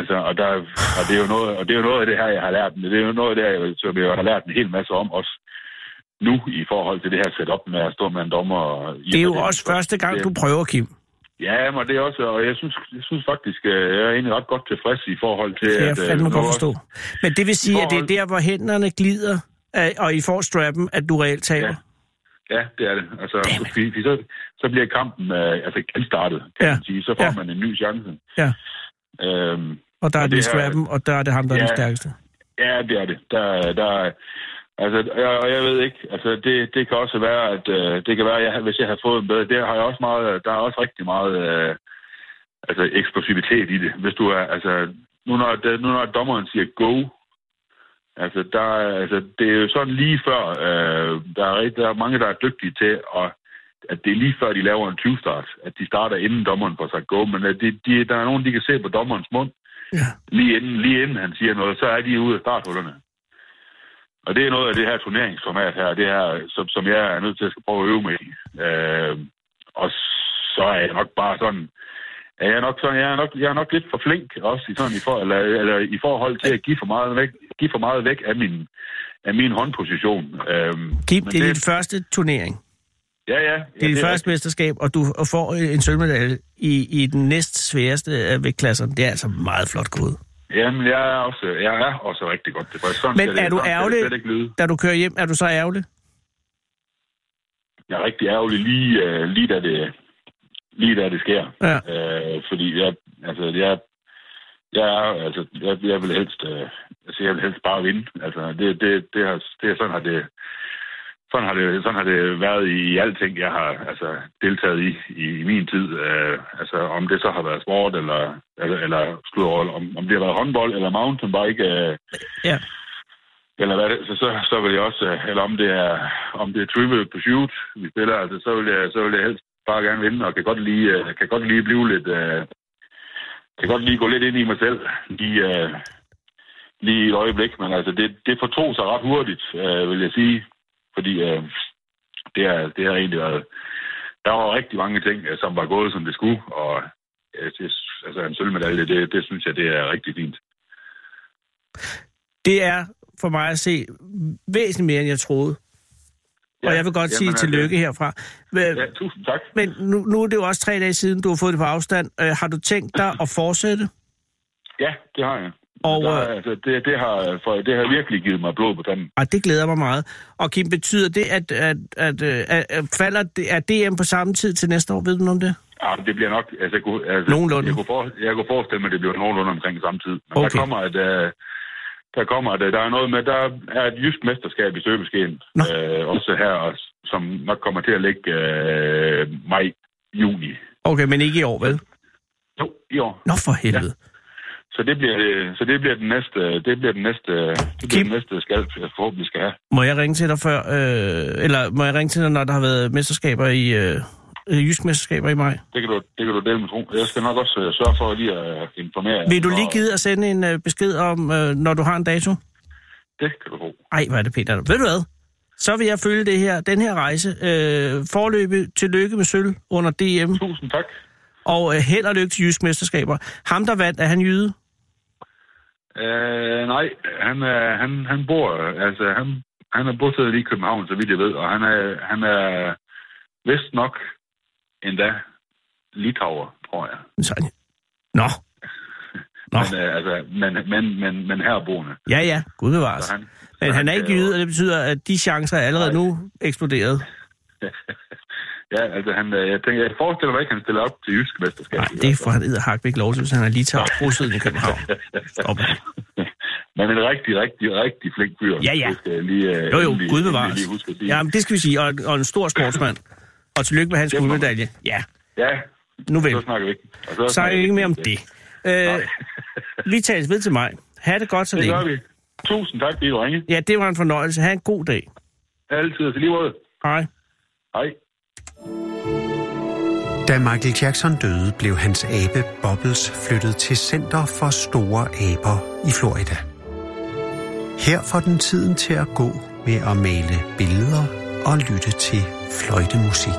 det er jo noget af det her, jeg har lært. Det er jo noget af det, som jeg har lært en hel masse om også nu i forhold til det her setup med at stå med en dommer. Det er jo også første gang, du prøver, Kim. Ja, men det er også, og jeg synes faktisk, jeg er egentlig ret godt tilfreds i forhold til... Det kan jeg fandme godt forstå. Men det vil sige, at det er der, hvor hænderne glider, og I får strappen, at du reelt taber? Ja, det er det. Altså, så bliver kampen genstartet, kan man sige. Så får man en ny chance. Ja. Og der er det strappen, og der er det ham, der er den stærkeste. Ja, det er det. Altså, jeg ved ikke. Altså, det kan også være, at det kan være, hvis jeg har fået en bedre, det har jeg også meget. Der er også rigtig meget eksplosivitet i det. Hvis du er, altså, nu når dommeren siger go, altså, det er jo sådan lige før, der er mange, der er dygtige til, at det er lige før, de laver en 20-start, at de starter inden dommeren får sagt go, men der er nogen, de kan se på dommerens mund, lige inden han siger noget, så er de ude af starthullerne. Og det er noget af det her turneringsformat her, det her, som jeg er nødt til at prøve at øve mig i. Og så er jeg nok bare sådan, jeg er nok lidt for flink også i forhold til at give for meget væk af min håndposition. Kim, det er dit første turnering. Ja. Det er dit første mesterskab, og du får en sølvmedalje i den næst sværeste af vægtklasserne. Det er altså meget flot gået. Jamen, jeg er også rigtig godt tilfreds. Men er du ærgerlig, da du kører hjem? Er du så ærgerlig? Jeg er rigtig ærgerlig lige da det sker. Ja. Fordi jeg vil helst bare vinde. Altså, sådan har det været i alting, jeg har deltaget i min tid. Om det så har været sport, eller om det har været håndbold, eller mountainbike. Eller hvad det, så vil jeg også, eller om det er trivial pursuit, vi spiller, altså, så vil jeg helst bare gerne vinde, og kan godt lige blive lidt, kan godt lige gå lidt ind i mig selv, lige et øjeblik, men altså, det fortog sig ret hurtigt, vil jeg sige. Fordi det har egentlig været... Der var rigtig mange ting, som var gået, som det skulle, og en sølvmedalje, det synes jeg, det er rigtig fint. Det er for mig at se væsentligt mere, end jeg troede. Og jeg vil godt sige tillykke herfra. Ja, tusind tak. Men nu er det jo også 3 dage siden, du har fået det på afstand. Har du tænkt dig at fortsætte? Ja, det har jeg. Og, det har virkelig givet mig blod på tanden. Og det glæder mig meget. Og Kim, betyder det, at falder DM på samme tid til næste år? Ved du noget om det? Ja, det bliver nok... Nogenlunde? Jeg kunne forestille mig, at det bliver nogenlunde omkring samme tid. Men okay. Der er noget med... Der er et jysk mesterskab i støbeskeen. Også her, som nok kommer til at ligge maj-juni. Okay, men ikke i år, vel? Jo, i år. Nå for helvede. Ja. Så det bliver den næste skalp, jeg forhåbentlig skal have. Må jeg ringe til dig før, eller må jeg ringe til dig, når der har været mesterskaber jysk mesterskaber i maj? Det kan du dele med tro. Jeg skal nok også sørge for lige at informere. Vil du lige gide at sende en besked om, når du har en dato? Det kan du få. Ej, hvor er det pænt. Ved du hvad? Så vil jeg følge den her rejse. Forløbig tillykke med sølv under DM. Tusind tak. Og held og lykke til jysk mesterskaber. Ham, der vandt, er han jyde? Nej, han bor, altså han er bosat i København, så vidt jeg ved, og han er vist nok endda litauer, tror jeg. Nå. Men herboende. Ja, Gud bevares. Men han er ikke jyde, og det betyder, at de chancer er allerede nu eksploderet. Ja, altså jeg forestiller mig ikke, at han stiller op til jysk mesterskab. Nej, det får han edderhak ikke lov til, hvis han er litauer bosiddende i København. Men en rigtig flink fyr. Ja. Jo, Gud bevares. Ja, men det skal vi sige. Og en stor sportsmand. Og tillykke med hans guldmedalje. Ja. Nu vel. Så snakker vi ikke. Så er ikke mere om det. Vi tales ved til mig. Ha' det godt så længe. Det gør vi. Tusind tak, fordi du ringede. Ja, det var en fornøjelse. Ha' en god dag. Altid. Til lige måde. Hej. Da Michael Jackson døde, blev hans abe Bubbles flyttet til Center for Store Aber i Florida. Her får den tiden til at gå med at male billeder og lytte til fløjtemusik.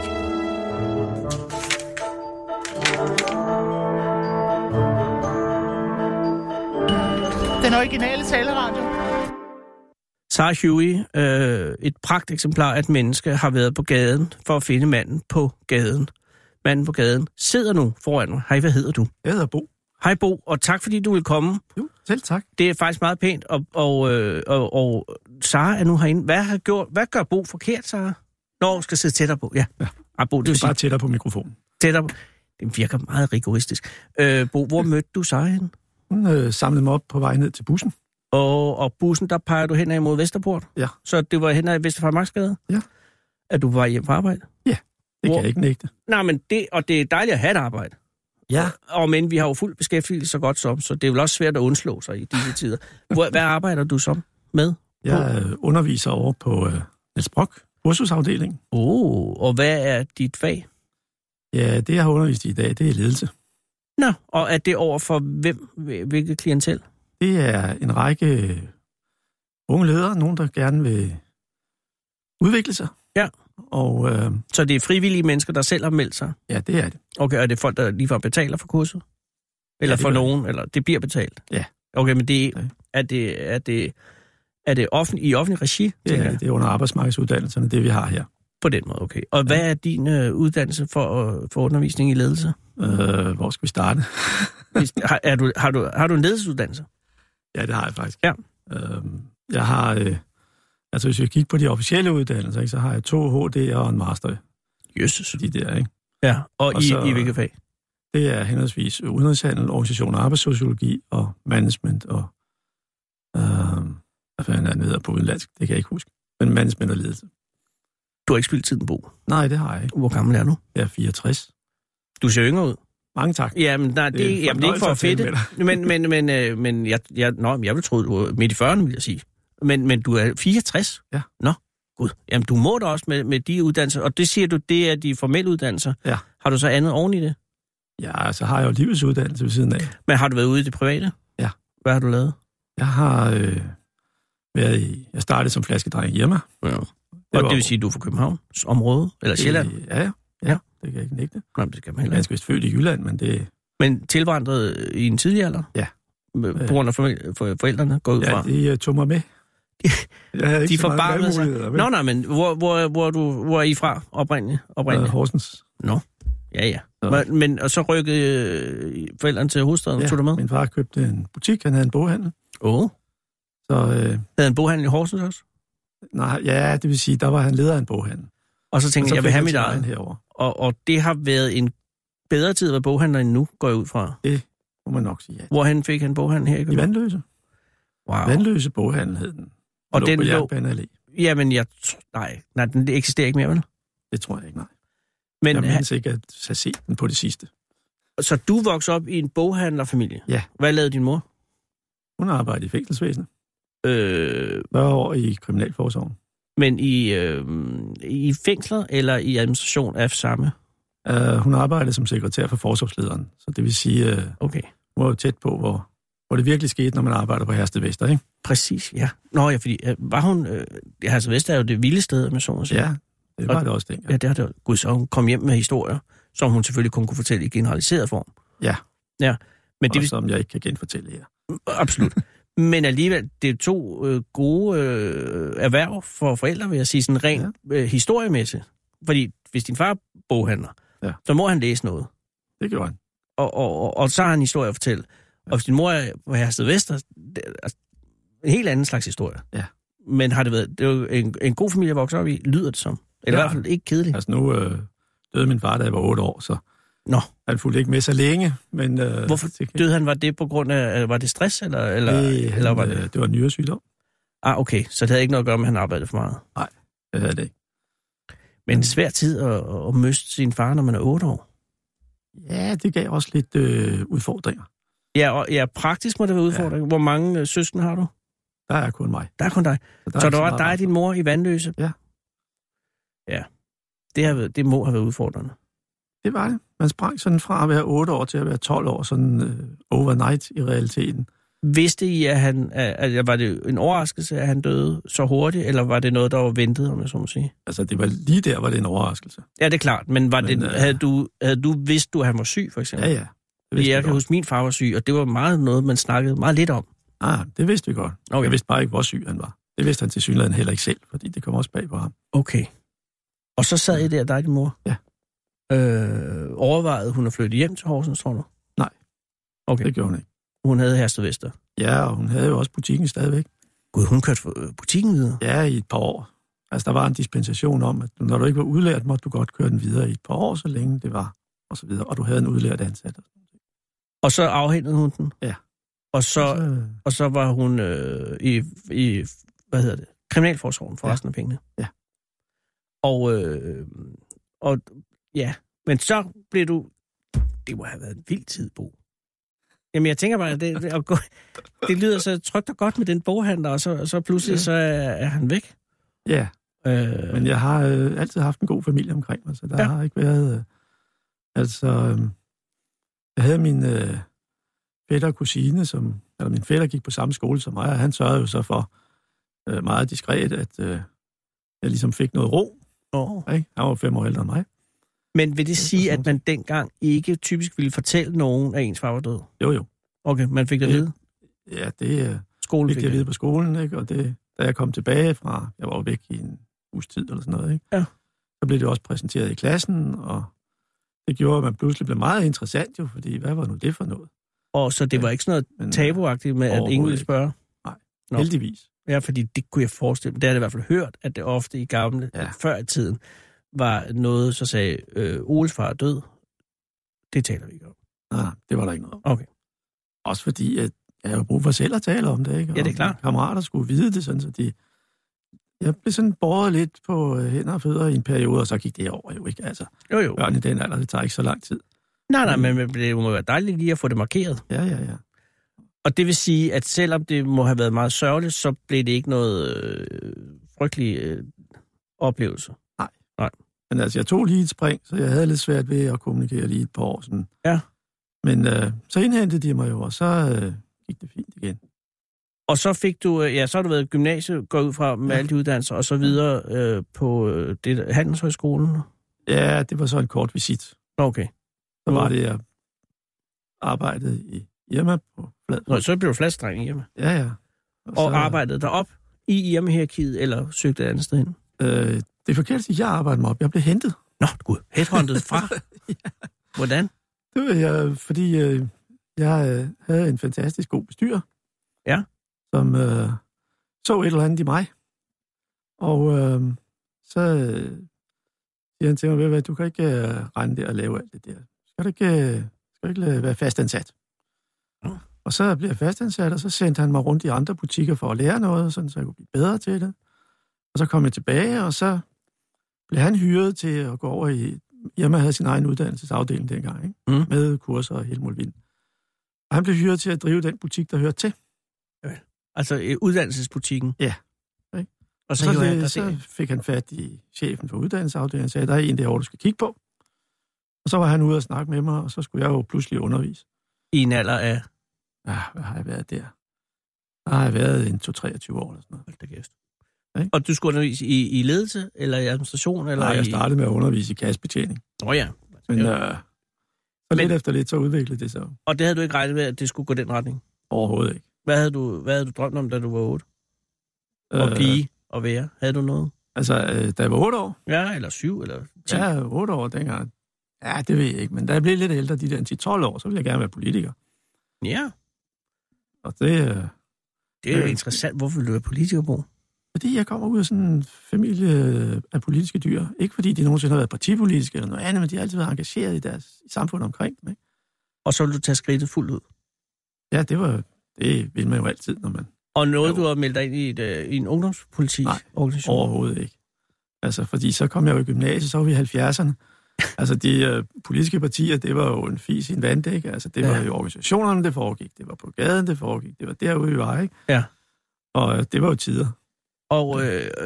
Den originale taleradio. Sarah Huey, et pragteksemplar af et menneske, har været på gaden for at finde manden på gaden. Manden på gaden sidder nu foran mig. Hej, hvad hedder du? Jeg hedder Bo. Hej Bo, og tak fordi du vil komme. Jo, selv tak. Det er faktisk meget pænt, og Sarah er nu herinde. Hvad gør Bo forkert, Sarah? Skal sidde tættere på, ja. Bo, det er bare tættere på mikrofonen. Tættere på. Det virker meget rigoristisk. Bo, hvor mødte du Sarah henne? Hun samlede mig op på vej ned til bussen. Og bussen, der peger du henad mod Vesterport? Ja. Så det var henad i Vesterfarmarksgade? Ja. Er du på vej hjem fra arbejde? Ja, det kan jeg ikke nægte. Nej, men det er dejligt at have et arbejde. Ja. Men vi har jo fuld beskæftigelse så godt som, så det er vel også svært at undslå sig i disse tider. Hvad arbejder du så med? Jeg underviser over på Niels Brock, kursusafdelingen. Og hvad er dit fag? Ja, det jeg har undervist i dag, det er ledelse. Nå, og er det over for hvilket klientel? Det er en række unge ledere, nogen der gerne vil udvikle sig. Ja. Og, så det er frivillige mennesker, der selv har meldt sig? Ja, det er det. Okay, og er det folk, der ligefrem betaler for kurset? Eller for nogen, eller det bliver betalt? Ja. Okay, men er det i offentlig regi? Ja, det er under arbejdsmarkedsuddannelserne, det vi har her. På den måde, okay. Og hvad er din uddannelse for undervisning i ledelse? Hvor skal vi starte? Har du en ledelsesuddannelse? Ja, det har jeg faktisk. Ja. Jeg har, hvis vi kigger på de officielle uddannelser, ikke, så har jeg 2 HD'er og en master. Jesus. De der, ikke? Ja, og i hvilket fag? Det er henholdsvis udenrigshandel, organisation og arbejdssociologi og management og hvad fanden er den hedder på udenlandsk? Det kan jeg ikke huske. Men management og ledelse. Du har ikke spildt tiden, Bo? Nej, det har jeg ikke. Hvor gammel er du? Jeg er 64. Du ser yngre ud. Mange tak. Jamen, nej, det er ikke for at fedte. Men jeg vil tro, du er midt i 40'erne, vil jeg sige. Men du er 64? Ja. Nå, gud. Jamen, du må da også med de uddannelser. Og det siger du, det er de formelle uddannelser. Ja. Har du så andet oven i det? Ja, så har jeg jo livets uddannelse ved siden af. Men har du været ude i det private? Ja. Hvad har du lavet? Jeg har jeg startede som flaskedreng hjemme. Ja. Og det vil sige, at du er fra Københavns område? Eller Sjælland? Ja. Det kan jeg ikke nægte. Nej, det skal man heller ikke. Jeg er vist født i Jylland, men det... Men tilvandret i en tidlig alder? Ja. På grund af forældrene går ud fra? Ja, de tog mig med. De forbarmede sig. Nå, men hvor er I fra oprindeligt? Horsens. Nå, ja. Men og så rykkede forældrene til hovedstaden, tog du med? Min far købte en butik, han havde en boghandel. Så, havde en boghandel i Horsens også? Nej, ja, det vil sige, der var han leder af en boghandel. Og så tænkte jeg vil have mit eget. Herovre. Og det har været en bedre tid at være boghandler end nu, går jeg ud fra. Det må man nok sige, ja. Hvorhen fik han boghandel her i København? I Vandløse. Wow. Vandløse boghandel hed den. Og den lå... Jamen, nej, den eksisterer ikke mere, vel? Det tror jeg ikke, nej. Men jeg mindes ikke at have set den på det sidste. Så du voksede op i en boghandlerfamilie? Ja. Hvad lavede din mor? Hun arbejdede i fængselsvæsenet. 40 år i kriminalforsorgen. Men i fængsler eller i administration af samme? Hun arbejdede som sekretær for forsorgslederen. Så det vil sige, okay. Hun var jo tæt på, hvor det virkelig skete, når man arbejder på Herstedvester, ikke? Præcis, ja. Nå ja, fordi var hun... Herstedvester er jo det vilde sted, med sådan at sige. Ja, det var det også dengang. Ja, det har det. Gud, så hun kom hjem med historier, som hun selvfølgelig kun kunne fortælle i generaliseret form. Ja. Ja. Men det som jeg ikke kan genfortælle her. Absolut. Men alligevel, det er 2 gode erhverv for forældre, vil jeg sige, sådan rent historiemæssigt. Fordi hvis din far er boghandler, så må han læse noget. Det gjorde han. Og så har han en historie at fortælle. Ja. Og hvis din mor er på Herstedvester, det er en helt anden slags historie. Ja. Men har det er jo en god familie at vokse op i, lyder det som. Eller i hvert fald ikke kedeligt. Altså nu døde min far, da jeg var 8 år, så han fulgte ikke med så længe. Men, hvorfor døde han? Var det på grund af, var det stress? Eller var det? Det var en nyresygdom. Okay. Så det havde ikke noget at gøre med, at han arbejdede for meget? Nej, det havde det ikke. Men en svær tid at miste sin far, når man er 8 år? Ja, det gav også lidt udfordringer. Ja, praktisk må det være udfordringer. Ja. Hvor mange søskende har du? Der er kun mig. Der er kun dig. Så der var dig og din mor i Vandløse? Ja. Ja. Det må have været udfordrende. Det var det. Man sprang sådan fra at være 8 år til at være 12 år, sådan overnight i realiteten. Vidste I, at var det en overraskelse, at han døde så hurtigt, eller var det noget, der var ventet, om jeg så må sige? Altså, det var lige der, var det en overraskelse. Ja, det er klart. Men havde du vidst, at han var syg, for eksempel? Ja. Jeg kan huske, min far var syg, og det var meget noget, man snakkede meget lidt om. Det vidste vi godt. Okay. Jeg vidste bare ikke, hvor syg han var. Det vidste han til synligheden heller ikke selv, fordi det kom også bag på ham. Okay. Og så sad I der, dig og din mor? Ja. Overvejede hun at flytte hjem til Horsens, tror du? Nej. Okay. Det gjorde hun ikke. Hun havde Herstedvester? Ja, og hun havde jo også butikken stadigvæk. Gud, hun kørte butikken videre? Ja, i et par år. Altså, der var en dispensation om, at når du ikke var udlært, måtte du godt køre den videre i et par år, så længe det var, og så videre. Og du havde en udlært ansat. Og så afhændede hun den? Ja. Og så var hun i hvad hedder det? Kriminalforsorgen for resten af pengene? Ja. Og ja, men så blev du... Det må have været en vild tid, Bo. Jamen, jeg tænker bare, at det lyder så trygt og godt med den boghandler, og så pludselig så er han væk. Ja, men jeg har altid haft en god familie omkring mig, så der har ikke været... jeg havde min fætter og kusine, min fætter gik på samme skole som mig, og han sørgede jo så for meget diskret, at jeg ligesom fik noget ro. Ikke? Han var 5 år ældre end mig. Men vil det sige, at man dengang ikke typisk ville fortælle nogen, at ens far var død? Jo. Okay, man fik det at vide? Ja, det skolen fik jeg at vide på skolen, ikke? Og det, da jeg kom tilbage fra, jeg var jo væk i en uges tid eller sådan noget, ikke? Ja. Så blev det også præsenteret i klassen, og det gjorde, at man pludselig blev meget interessant jo, fordi hvad var nu det for noget? Og så det var ikke sådan noget tabuagtigt med, at ingen ville spørge? Nej, heldigvis. Ja, fordi det kunne jeg forestille mig. Det har jeg i hvert fald hørt, at det ofte i gamle, før i tiden, var noget, så sagde, Oles far er død. Det taler vi ikke om. Nej, det var der ikke noget om. Okay. Også fordi, at jeg har brug for selv at tale om det, ikke? Ja, det er klart. Kammerater skulle vide det, sådan, så jeg blev sådan båret lidt på hænder og fødder i en periode, og så gik det over jo, ikke? Altså, jo. Børn i den alder, det tager ikke så lang tid. Nej, men det må være dejligt lige at få det markeret. Ja. Og det vil sige, at selvom det må have været meget sørgeligt, så blev det ikke noget frygtelig oplevelse. Nej. Men altså, jeg tog lige et spring, så jeg havde lidt svært ved at kommunikere lige et par år sådan. Ja. Men så indhentede de mig jo, og så gik det fint igen. Og så fik du, så har du været i gymnasiet, gået ud fra med alle de uddannelser, og så videre på Handelshøjskolen? Ja, det var så en kort visit. Okay. Så var det, jeg arbejdede i Irma på Fladby. Så blev du fladstreng i Irma? Ja. Og arbejdede derop i Irma-hierarkiet, eller søgte et andet sted hen? Det er forkert, at jeg arbejdede mig op. Jeg blev hentet. Nå, gud. Headhunted fra? Ja. Hvordan? Det var jeg, fordi jeg havde en fantastisk god bestyrer. Ja. Som så et eller andet i mig. Og så siger han til mig, ved du kan ikke regne der og lave alt det der. Skal du ikke være fastansat? Og så blev jeg fastansat, og så sendte han mig rundt i andre butikker for at lære noget, sådan, så jeg kunne blive bedre til det. Og så kom jeg tilbage, og så blev han hyret til at gå over i... Irma havde sin egen uddannelsesafdeling dengang, ikke? Med kurser og hele muligheden. Og han blev hyret til at drive den butik, der hørte til. Ja. Altså uddannelsesbutikken? Ja. Okay. Og så fik han fat i chefen for uddannelsesafdelingen og sagde, der er en derovre, du skal kigge på. Og så var han ude og snakke med mig, og så skulle jeg jo pludselig undervise. I en alder af? Ja, hvad har jeg været der? Der har jeg været en 2-23 år eller sådan noget. Hold da kæft. Okay. Og du skulle undervise i ledelse, eller i administration? Eller nej, jeg startede med at undervise i kassebetjening. Ja. Men så lidt efter lidt, så udviklede det sig. Og det havde du ikke regnet med, at det skulle gå den retning? Overhovedet ikke. Hvad havde du drømt om, da du var 8? At blive og være? Havde du noget? Altså, da jeg var 8 år? Ja, eller 7, eller 10? Ja, 8 år dengang. Ja, det ved jeg ikke, men da jeg blev lidt ældre, de der 10-12 år, så ville jeg gerne være politiker. Ja. Og det er jo interessant. Hvorfor vil du være politiker, Bo? Fordi jeg kommer ud af sådan en familie af politiske dyr. Ikke fordi de nogensinde har været partipolitiske eller noget andet, men de har altid været engageret i samfundet omkring dem, ikke? Og så vil du tage skridtet fuldt ud? Ja, det vil man jo altid, når man... Og noget, du har meldt dig ind i en ungdomspolitik-organisation? Nej, overhovedet ikke. Altså, fordi så kom jeg jo i gymnasiet, så var vi i 70'erne. Altså, de politiske partier, det var jo en fis i en vanddæk. Altså, det var jo organisationerne, det foregik. Det var på gaden, det foregik. Det var derude, vi var, ikke? Ja. Og det var jo tider. Og,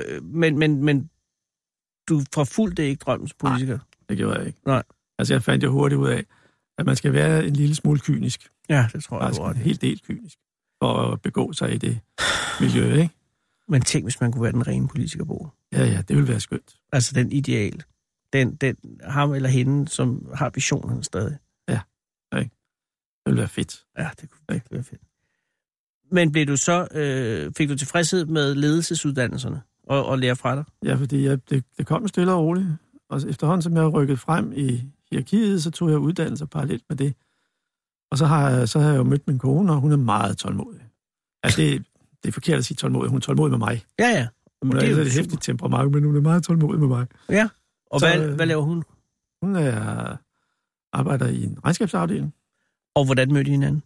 men du forfulgte ikke drømmens politiker? Nej, det gjorde jeg ikke. Nej. Altså, jeg fandt jo hurtigt ud af, at man skal være en lille smule kynisk. Ja, det tror jeg. Altså, en helt del kynisk. For at begå sig i det miljø, ikke? Men tænk, hvis man kunne være den rene politikerbo. Ja, det ville være skønt. Altså, den ideal. Den ham eller hende, som har visionerne stadig. Ja, ikke? Det ville være fedt. Ja, det kunne virkelig være fedt. Men blev du så, fik du tilfredshed med ledelsesudannelserne og lære fra dig? Ja, fordi det kom stille og roligt. Og efterhånden, som jeg rykkede frem i hierarkiet, så tog jeg uddannelser parallelt med det. Og så har jeg jo mødt min kone, og hun er meget tålmodig. Altså, det er forkert at sige tålmodig. Hun er tålmodig med mig. Ja. Hun er et hæftigt temperament, men hun er meget tålmodig med mig. Ja, og hvad laver hun? Hun arbejder i en regnskabsafdeling. Og hvordan mødte I hinanden?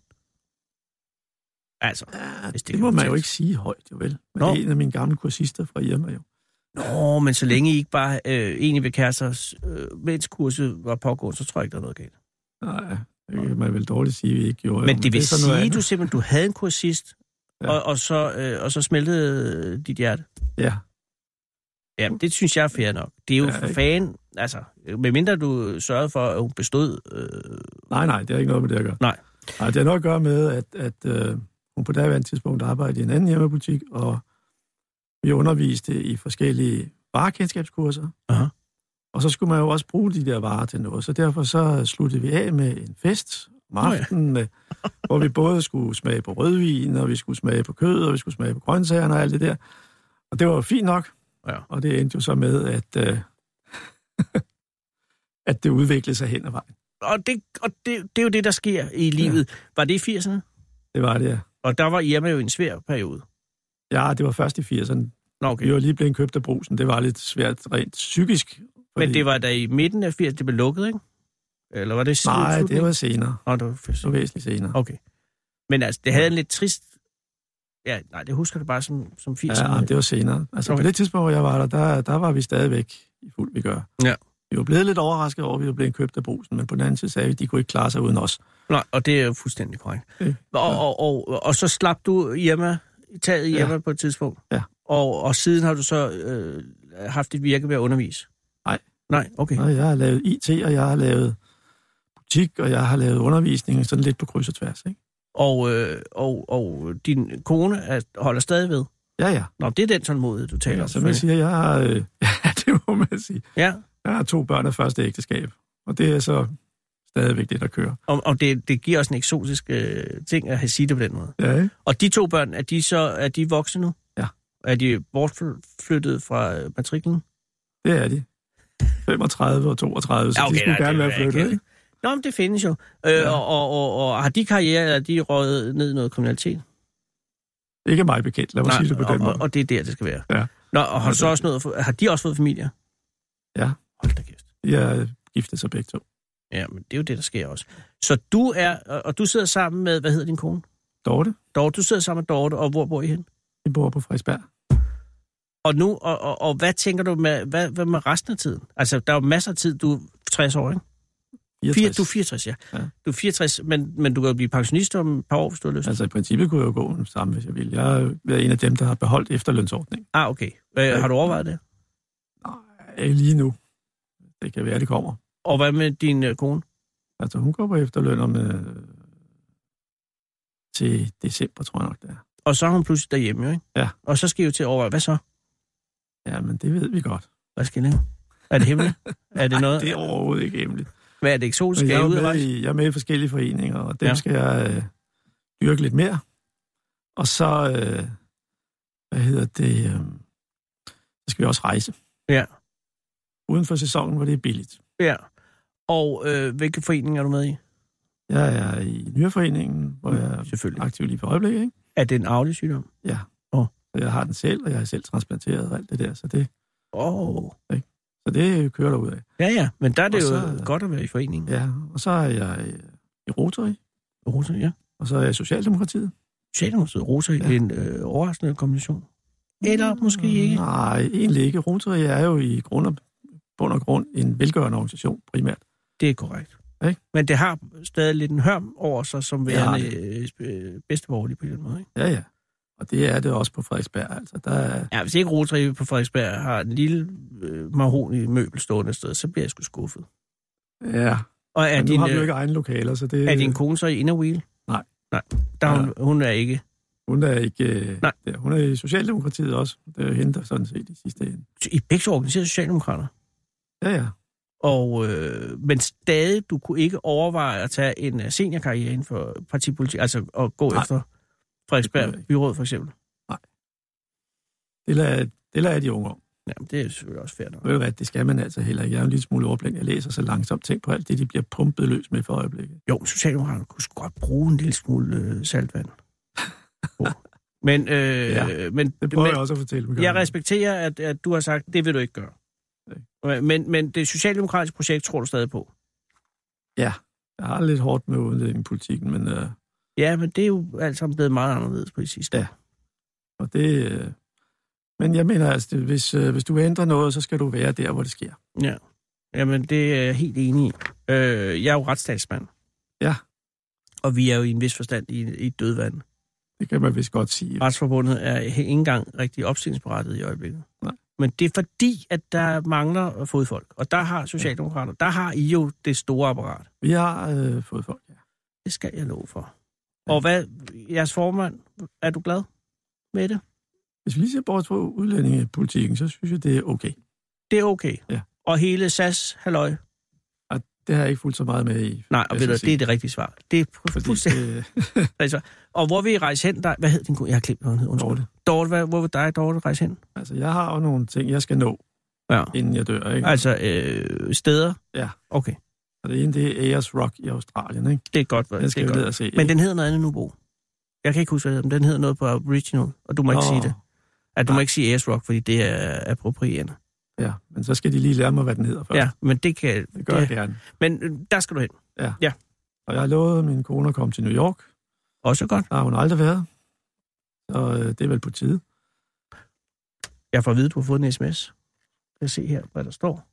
Altså, det må man jo ikke sige højt, jo vel. Men det er en af mine gamle kursister fra Irma, jo. Nå, men så længe I ikke bare egentlig vil kæreste os, mens kurset var pågået, så tror jeg ikke, der er noget galt. Nej, det kan man vel dårligt sige, vi ikke gjorde. Men det vil sige, du simpelthen, du havde en kursist, ja. og så smeltede dit hjerte? Ja. Jamen, det synes jeg er fair nok. Det er jo for fanden, altså, medmindre du sørgede for, at hun bestod... Nej, det er ikke noget med det at gøre. Nej, det har noget at gøre med, at hun på daværende tidspunkt arbejdede i en anden hjemmebutik, og vi underviste i forskellige varekendskabskurser. Aha. Og så skulle man jo også bruge de der varer til noget. Så derfor så sluttede vi af med en fest om aftenen, hvor vi både skulle smage på rødvin, og vi skulle smage på kød, og vi skulle smage på grøntsagerne og alt det der. Og det var jo fint nok. Ja. Og det endte jo så med, at det udviklede sig hen ad vejen. Og det er jo det, der sker i livet. Ja. Var det i 80'erne? Det var det, ja. Og der var Irma jo en svær periode. Ja, det var først i 80'erne. Okay. Vi var lige blevet købt af Brugsen. Det var lidt svært rent psykisk. Men det var da i midten af 80'erne, det blev lukket, ikke? Eller var det Nej, det var senere. Det var væsentligt senere. Okay. Men altså, det havde en lidt trist... Ja, nej, det husker du bare som 80'erne. Ja, det var senere. Altså, på det tidspunkt, hvor jeg var der var vi stadigvæk i fuld vigør. Ja. Vi var blevet lidt overrasket over, at vi var blevet købt af Brugsen, men på den anden side sagde vi, at de kunne ikke klare sig uden os. Nej, og det er jo fuldstændig korrekt. Og så slap du taget i Irma på et tidspunkt? Ja. Og siden har du så haft dit virke ved at undervise? Nej, okay. Nej, jeg har lavet IT, og jeg har lavet butik, og jeg har lavet undervisning, sådan lidt på kryds og tværs, ikke? Og din kone holder stadig ved? Ja. Nå, det er den tålmodighed, du taler om. Som jeg siger, jeg har... det må man sige. Ja. Jeg har 2 børn af første ægteskab, og det er så stadigvæk det, der kører. Og det giver også en eksotisk ting at have sige det på den måde. Ja, ikke? Og de 2 børn, er de voksne nu? Ja. Er de bortflyttet fra matriklen? Det er de. 35 og 32, så de skulle gerne være flyttet, ikke? Nå, men det findes jo. Og har de karriere, eller er de røget ned i noget kriminalitet? Ikke mig bekendt, lad mig sige det på den måde. Og det er der, det skal være. Ja. Nå, og har de også fået familier? Ja. Hold da kæft. De er giftet sig begge 2. Ja, men det er jo det, der sker også. Så du sidder sammen med, hvad hedder din kone? Dorte. Du sidder sammen med Dorte, og hvor bor I hen? Vi bor på Frederiksberg. Og nu, og hvad tænker du med, hvad med resten af tiden? Altså, der er jo masser af tid, du er 60 år, ikke? 64. Du er 64, ja. Du er 64, men du kan jo blive pensionist om et par år, hvis du har lyst. Altså, i princippet kunne jeg jo gå sammen, hvis jeg ville. Jeg har været en af dem, der har beholdt efterlønsordning. Okay. Har du overvejet det? Nej, lige nu. Det kan være, det kommer. Og hvad med din kone? Altså, hun går på efterløn til december, tror jeg nok, det er. Og så er hun pludselig derhjemme, jo, ikke? Ja. Og så skal I jo til at overveje, hvad så? Ja, men det ved vi godt. Hvad skal I lave? Er det hemmeligt? Er det noget? Nej, det er overhovedet ikke hemmeligt. Hvad er det eksotisk? Jeg er med i forskellige foreninger, og dem skal jeg dyrke lidt mere. Og så, så skal vi også rejse. Ja. Uden for sæsonen, hvor det er billigt. Ja. Og hvilke forening er du med i? Jeg er i Nyreforeningen, hvor jeg er aktiv lige for øjeblikket, ikke? Er det en arvelig sygdom? Ja. Jeg har den selv, og jeg er selv transplanteret og alt det der, så det... Ikke? Så det kører der ud af. Ja, men der er det jo godt at være i foreningen. Ja, og så er jeg i Rotary. Rotary, ja. Og så er jeg i Socialdemokratiet. Socialdemokratiet og Rotary, det er en overraskende kombination. Eller måske ikke? Nej, egentlig ikke. Rotary er jo i bund og grund en velgørende organisation, primært. Det er korrekt. Ikke? Men det har stadig lidt en hørm over sig, som værende bedsteborgerlig på den måde, ikke? Ja. Og det er det også på Frederiksberg. Altså, der er... Ja, hvis ikke Rotary på Frederiksberg har en lille mahogni møbel stående sted, så bliver jeg sgu skuffet. Ja, og men nu har vi jo ikke egne lokaler, så det... Er din kone så i Inner Wheel? Nej. Hun er ikke... Hun er ikke... Nej. Der. Hun er i Socialdemokratiet også. Det er jo hende, der sådan set i sidste ende. I begge så organiserede socialdemokrater? Ja. Og, men stadig, du kunne ikke overveje at tage en seniorkarriere inden for partipolitik, altså at gå efter Frederiksberg byråd for eksempel? Nej. Det lader de unge om. Jamen, det er selvfølgelig også fair nok. Ved du hvad, det skal man altså heller ikke. Jeg er en lille smule overblik. Jeg læser så langsomt ting på alt det, de bliver pumpet løs med for øjeblikket. Jo, socialdemokraterne kunne sgu godt bruge en lille smule saltvand. Men, men det prøver jeg også at fortælle. Jeg respekterer, at du har sagt, det vil du ikke gøre. Men det socialdemokratiske projekt tror du stadig på? Ja, jeg har lidt hårdt med udlændingepolitikken, men... Ja, men det er jo alt sammen blevet meget anderledes på det sidste. Ja, og det... Men jeg mener altså, hvis du ændrer noget, så skal du være der, hvor det sker. Ja, jamen det er jeg helt enig i. Jeg er jo retsstatsmand. Ja. Og vi er jo i en vis forstand i et dødvand. Det kan man vist godt sige. Retsforbundet er ikke engang rigtig opstillingsberettiget i øjeblikket. Nej. Men det er fordi, at der mangler fodfolk. Og der har socialdemokrater, der har I jo det store apparat. Vi har fodfolk, ja. Det skal jeg love for. Ja. Og hvad, jeres formand, er du glad med det? Hvis vi lige ser bort fra udlændingepolitikken, så synes jeg, det er okay. Det er okay? Ja. Og hele SAS, halløj? Det har jeg ikke fulgt så meget med i. Nej, og ved du, det er det rigtige svar. Det er fuldstændig rigtigt svar. Og hvor vil I rejse hen? Hvad hed din kone? Jeg har glemt, hvad hun hed. Dorte. Dorte, hvor vil dig, Dorte, rejse hen? Altså, jeg har jo nogle ting, jeg skal nå, inden jeg dør, ikke? Altså, steder? Ja. Okay. Og det ene, det er Ayers Rock i Australien, ikke? Det er godt, den skal det er godt. Se, men den hedder noget andet nu, Bo. Jeg kan ikke huske, hvad den hedder, men den hedder noget på Aboriginal, og du må ikke sige det. Du må ikke sige Ayers Rock, fordi det er approprierende. Ja, men så skal de lige lære mig, hvad den hedder først. Ja, men det gør jeg gerne. Men der skal du hen. Ja. Og jeg har lovet min kone at komme til New York. Også godt. Der har hun aldrig været. Så det er vel på tide. Jeg får at vide, at du har fået en sms. Jeg kan se her, hvad der står.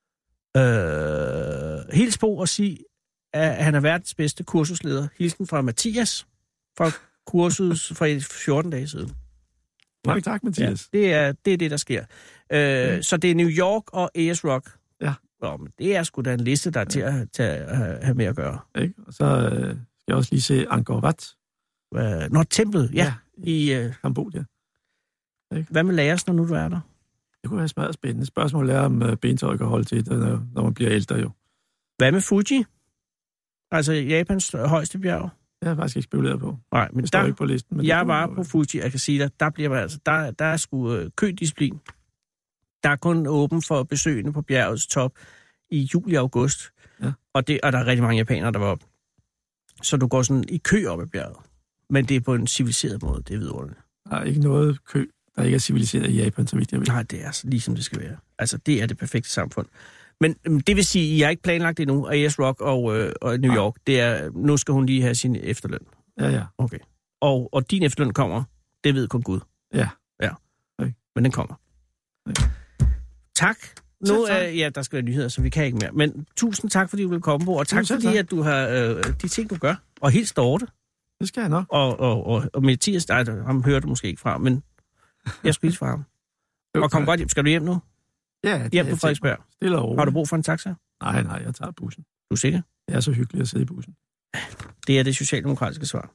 Hils på og sig, at han er verdens bedste kursusleder. Hilsen fra Mathias fra kurset fra 14 dage siden. Mange tak, Mathias. Ja, det er det, der sker. Så det er New York og Ayers Rock. Ja. Men det er sgu da en liste, der er til at have med at gøre. Ikke? Og så skal jeg også lige se Angkor Wat. Templet, i Kambodja. Ikke? Hvad med Laos, når nu du er der? Det kunne være smadret spændende. Spørgsmålet er, om bentøj kan holde til, når man bliver ældre jo. Hvad med Fuji? Altså Japans højeste bjerg? Det har jeg faktisk ikke spekuleret på. Nej, men det står ikke på listen. Men jeg var på Fuji, jeg kan sige dig, der bliver man altså, der er sgu kødisciplin. Der er kun åben for besøgende på bjergets top i juli og august. Ja. Og der er rigtig mange japanere, der var op. Så du går sådan i kø op ad bjerget. Men det er på en civiliseret måde, det er vidunderligt. Der er ikke noget kø, der ikke er civiliseret i Japan, så vidt jeg ved. Nej, det er lige som det skal være. Altså, det er det perfekte samfund. Men det vil sige, at I har ikke planlagt det endnu, Ayers Rock og New York. Det er, nu skal hun lige have sin efterløn. Ja. Okay. Og din efterløn kommer, det ved kun Gud. Ja. Okay. Men den kommer. Okay. Tak. Nu der skal være nyheder, så vi kan ikke mere. Men tusind tak, fordi du ville komme på, og tak fordi, at du har de ting, du gør. Og helt Dorte. Det skal jeg nok. Og Mathias, ham hører du måske ikke fra, men jeg skal spise fra ham. Og kom godt hjem. Skal du hjem nu? Ja, hjem på Frederiksberg. Stille og roligt. Har du brug for en taxa? Nej, jeg tager bussen. Du er sikker? Det er så hyggeligt at sidde i bussen. Det er det socialdemokratiske svar.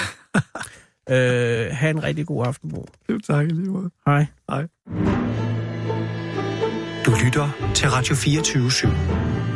Ha' en rigtig god aften, Bo. Jo, tak lige måde. Hej. Hej. Du lytter til Radio 24/7.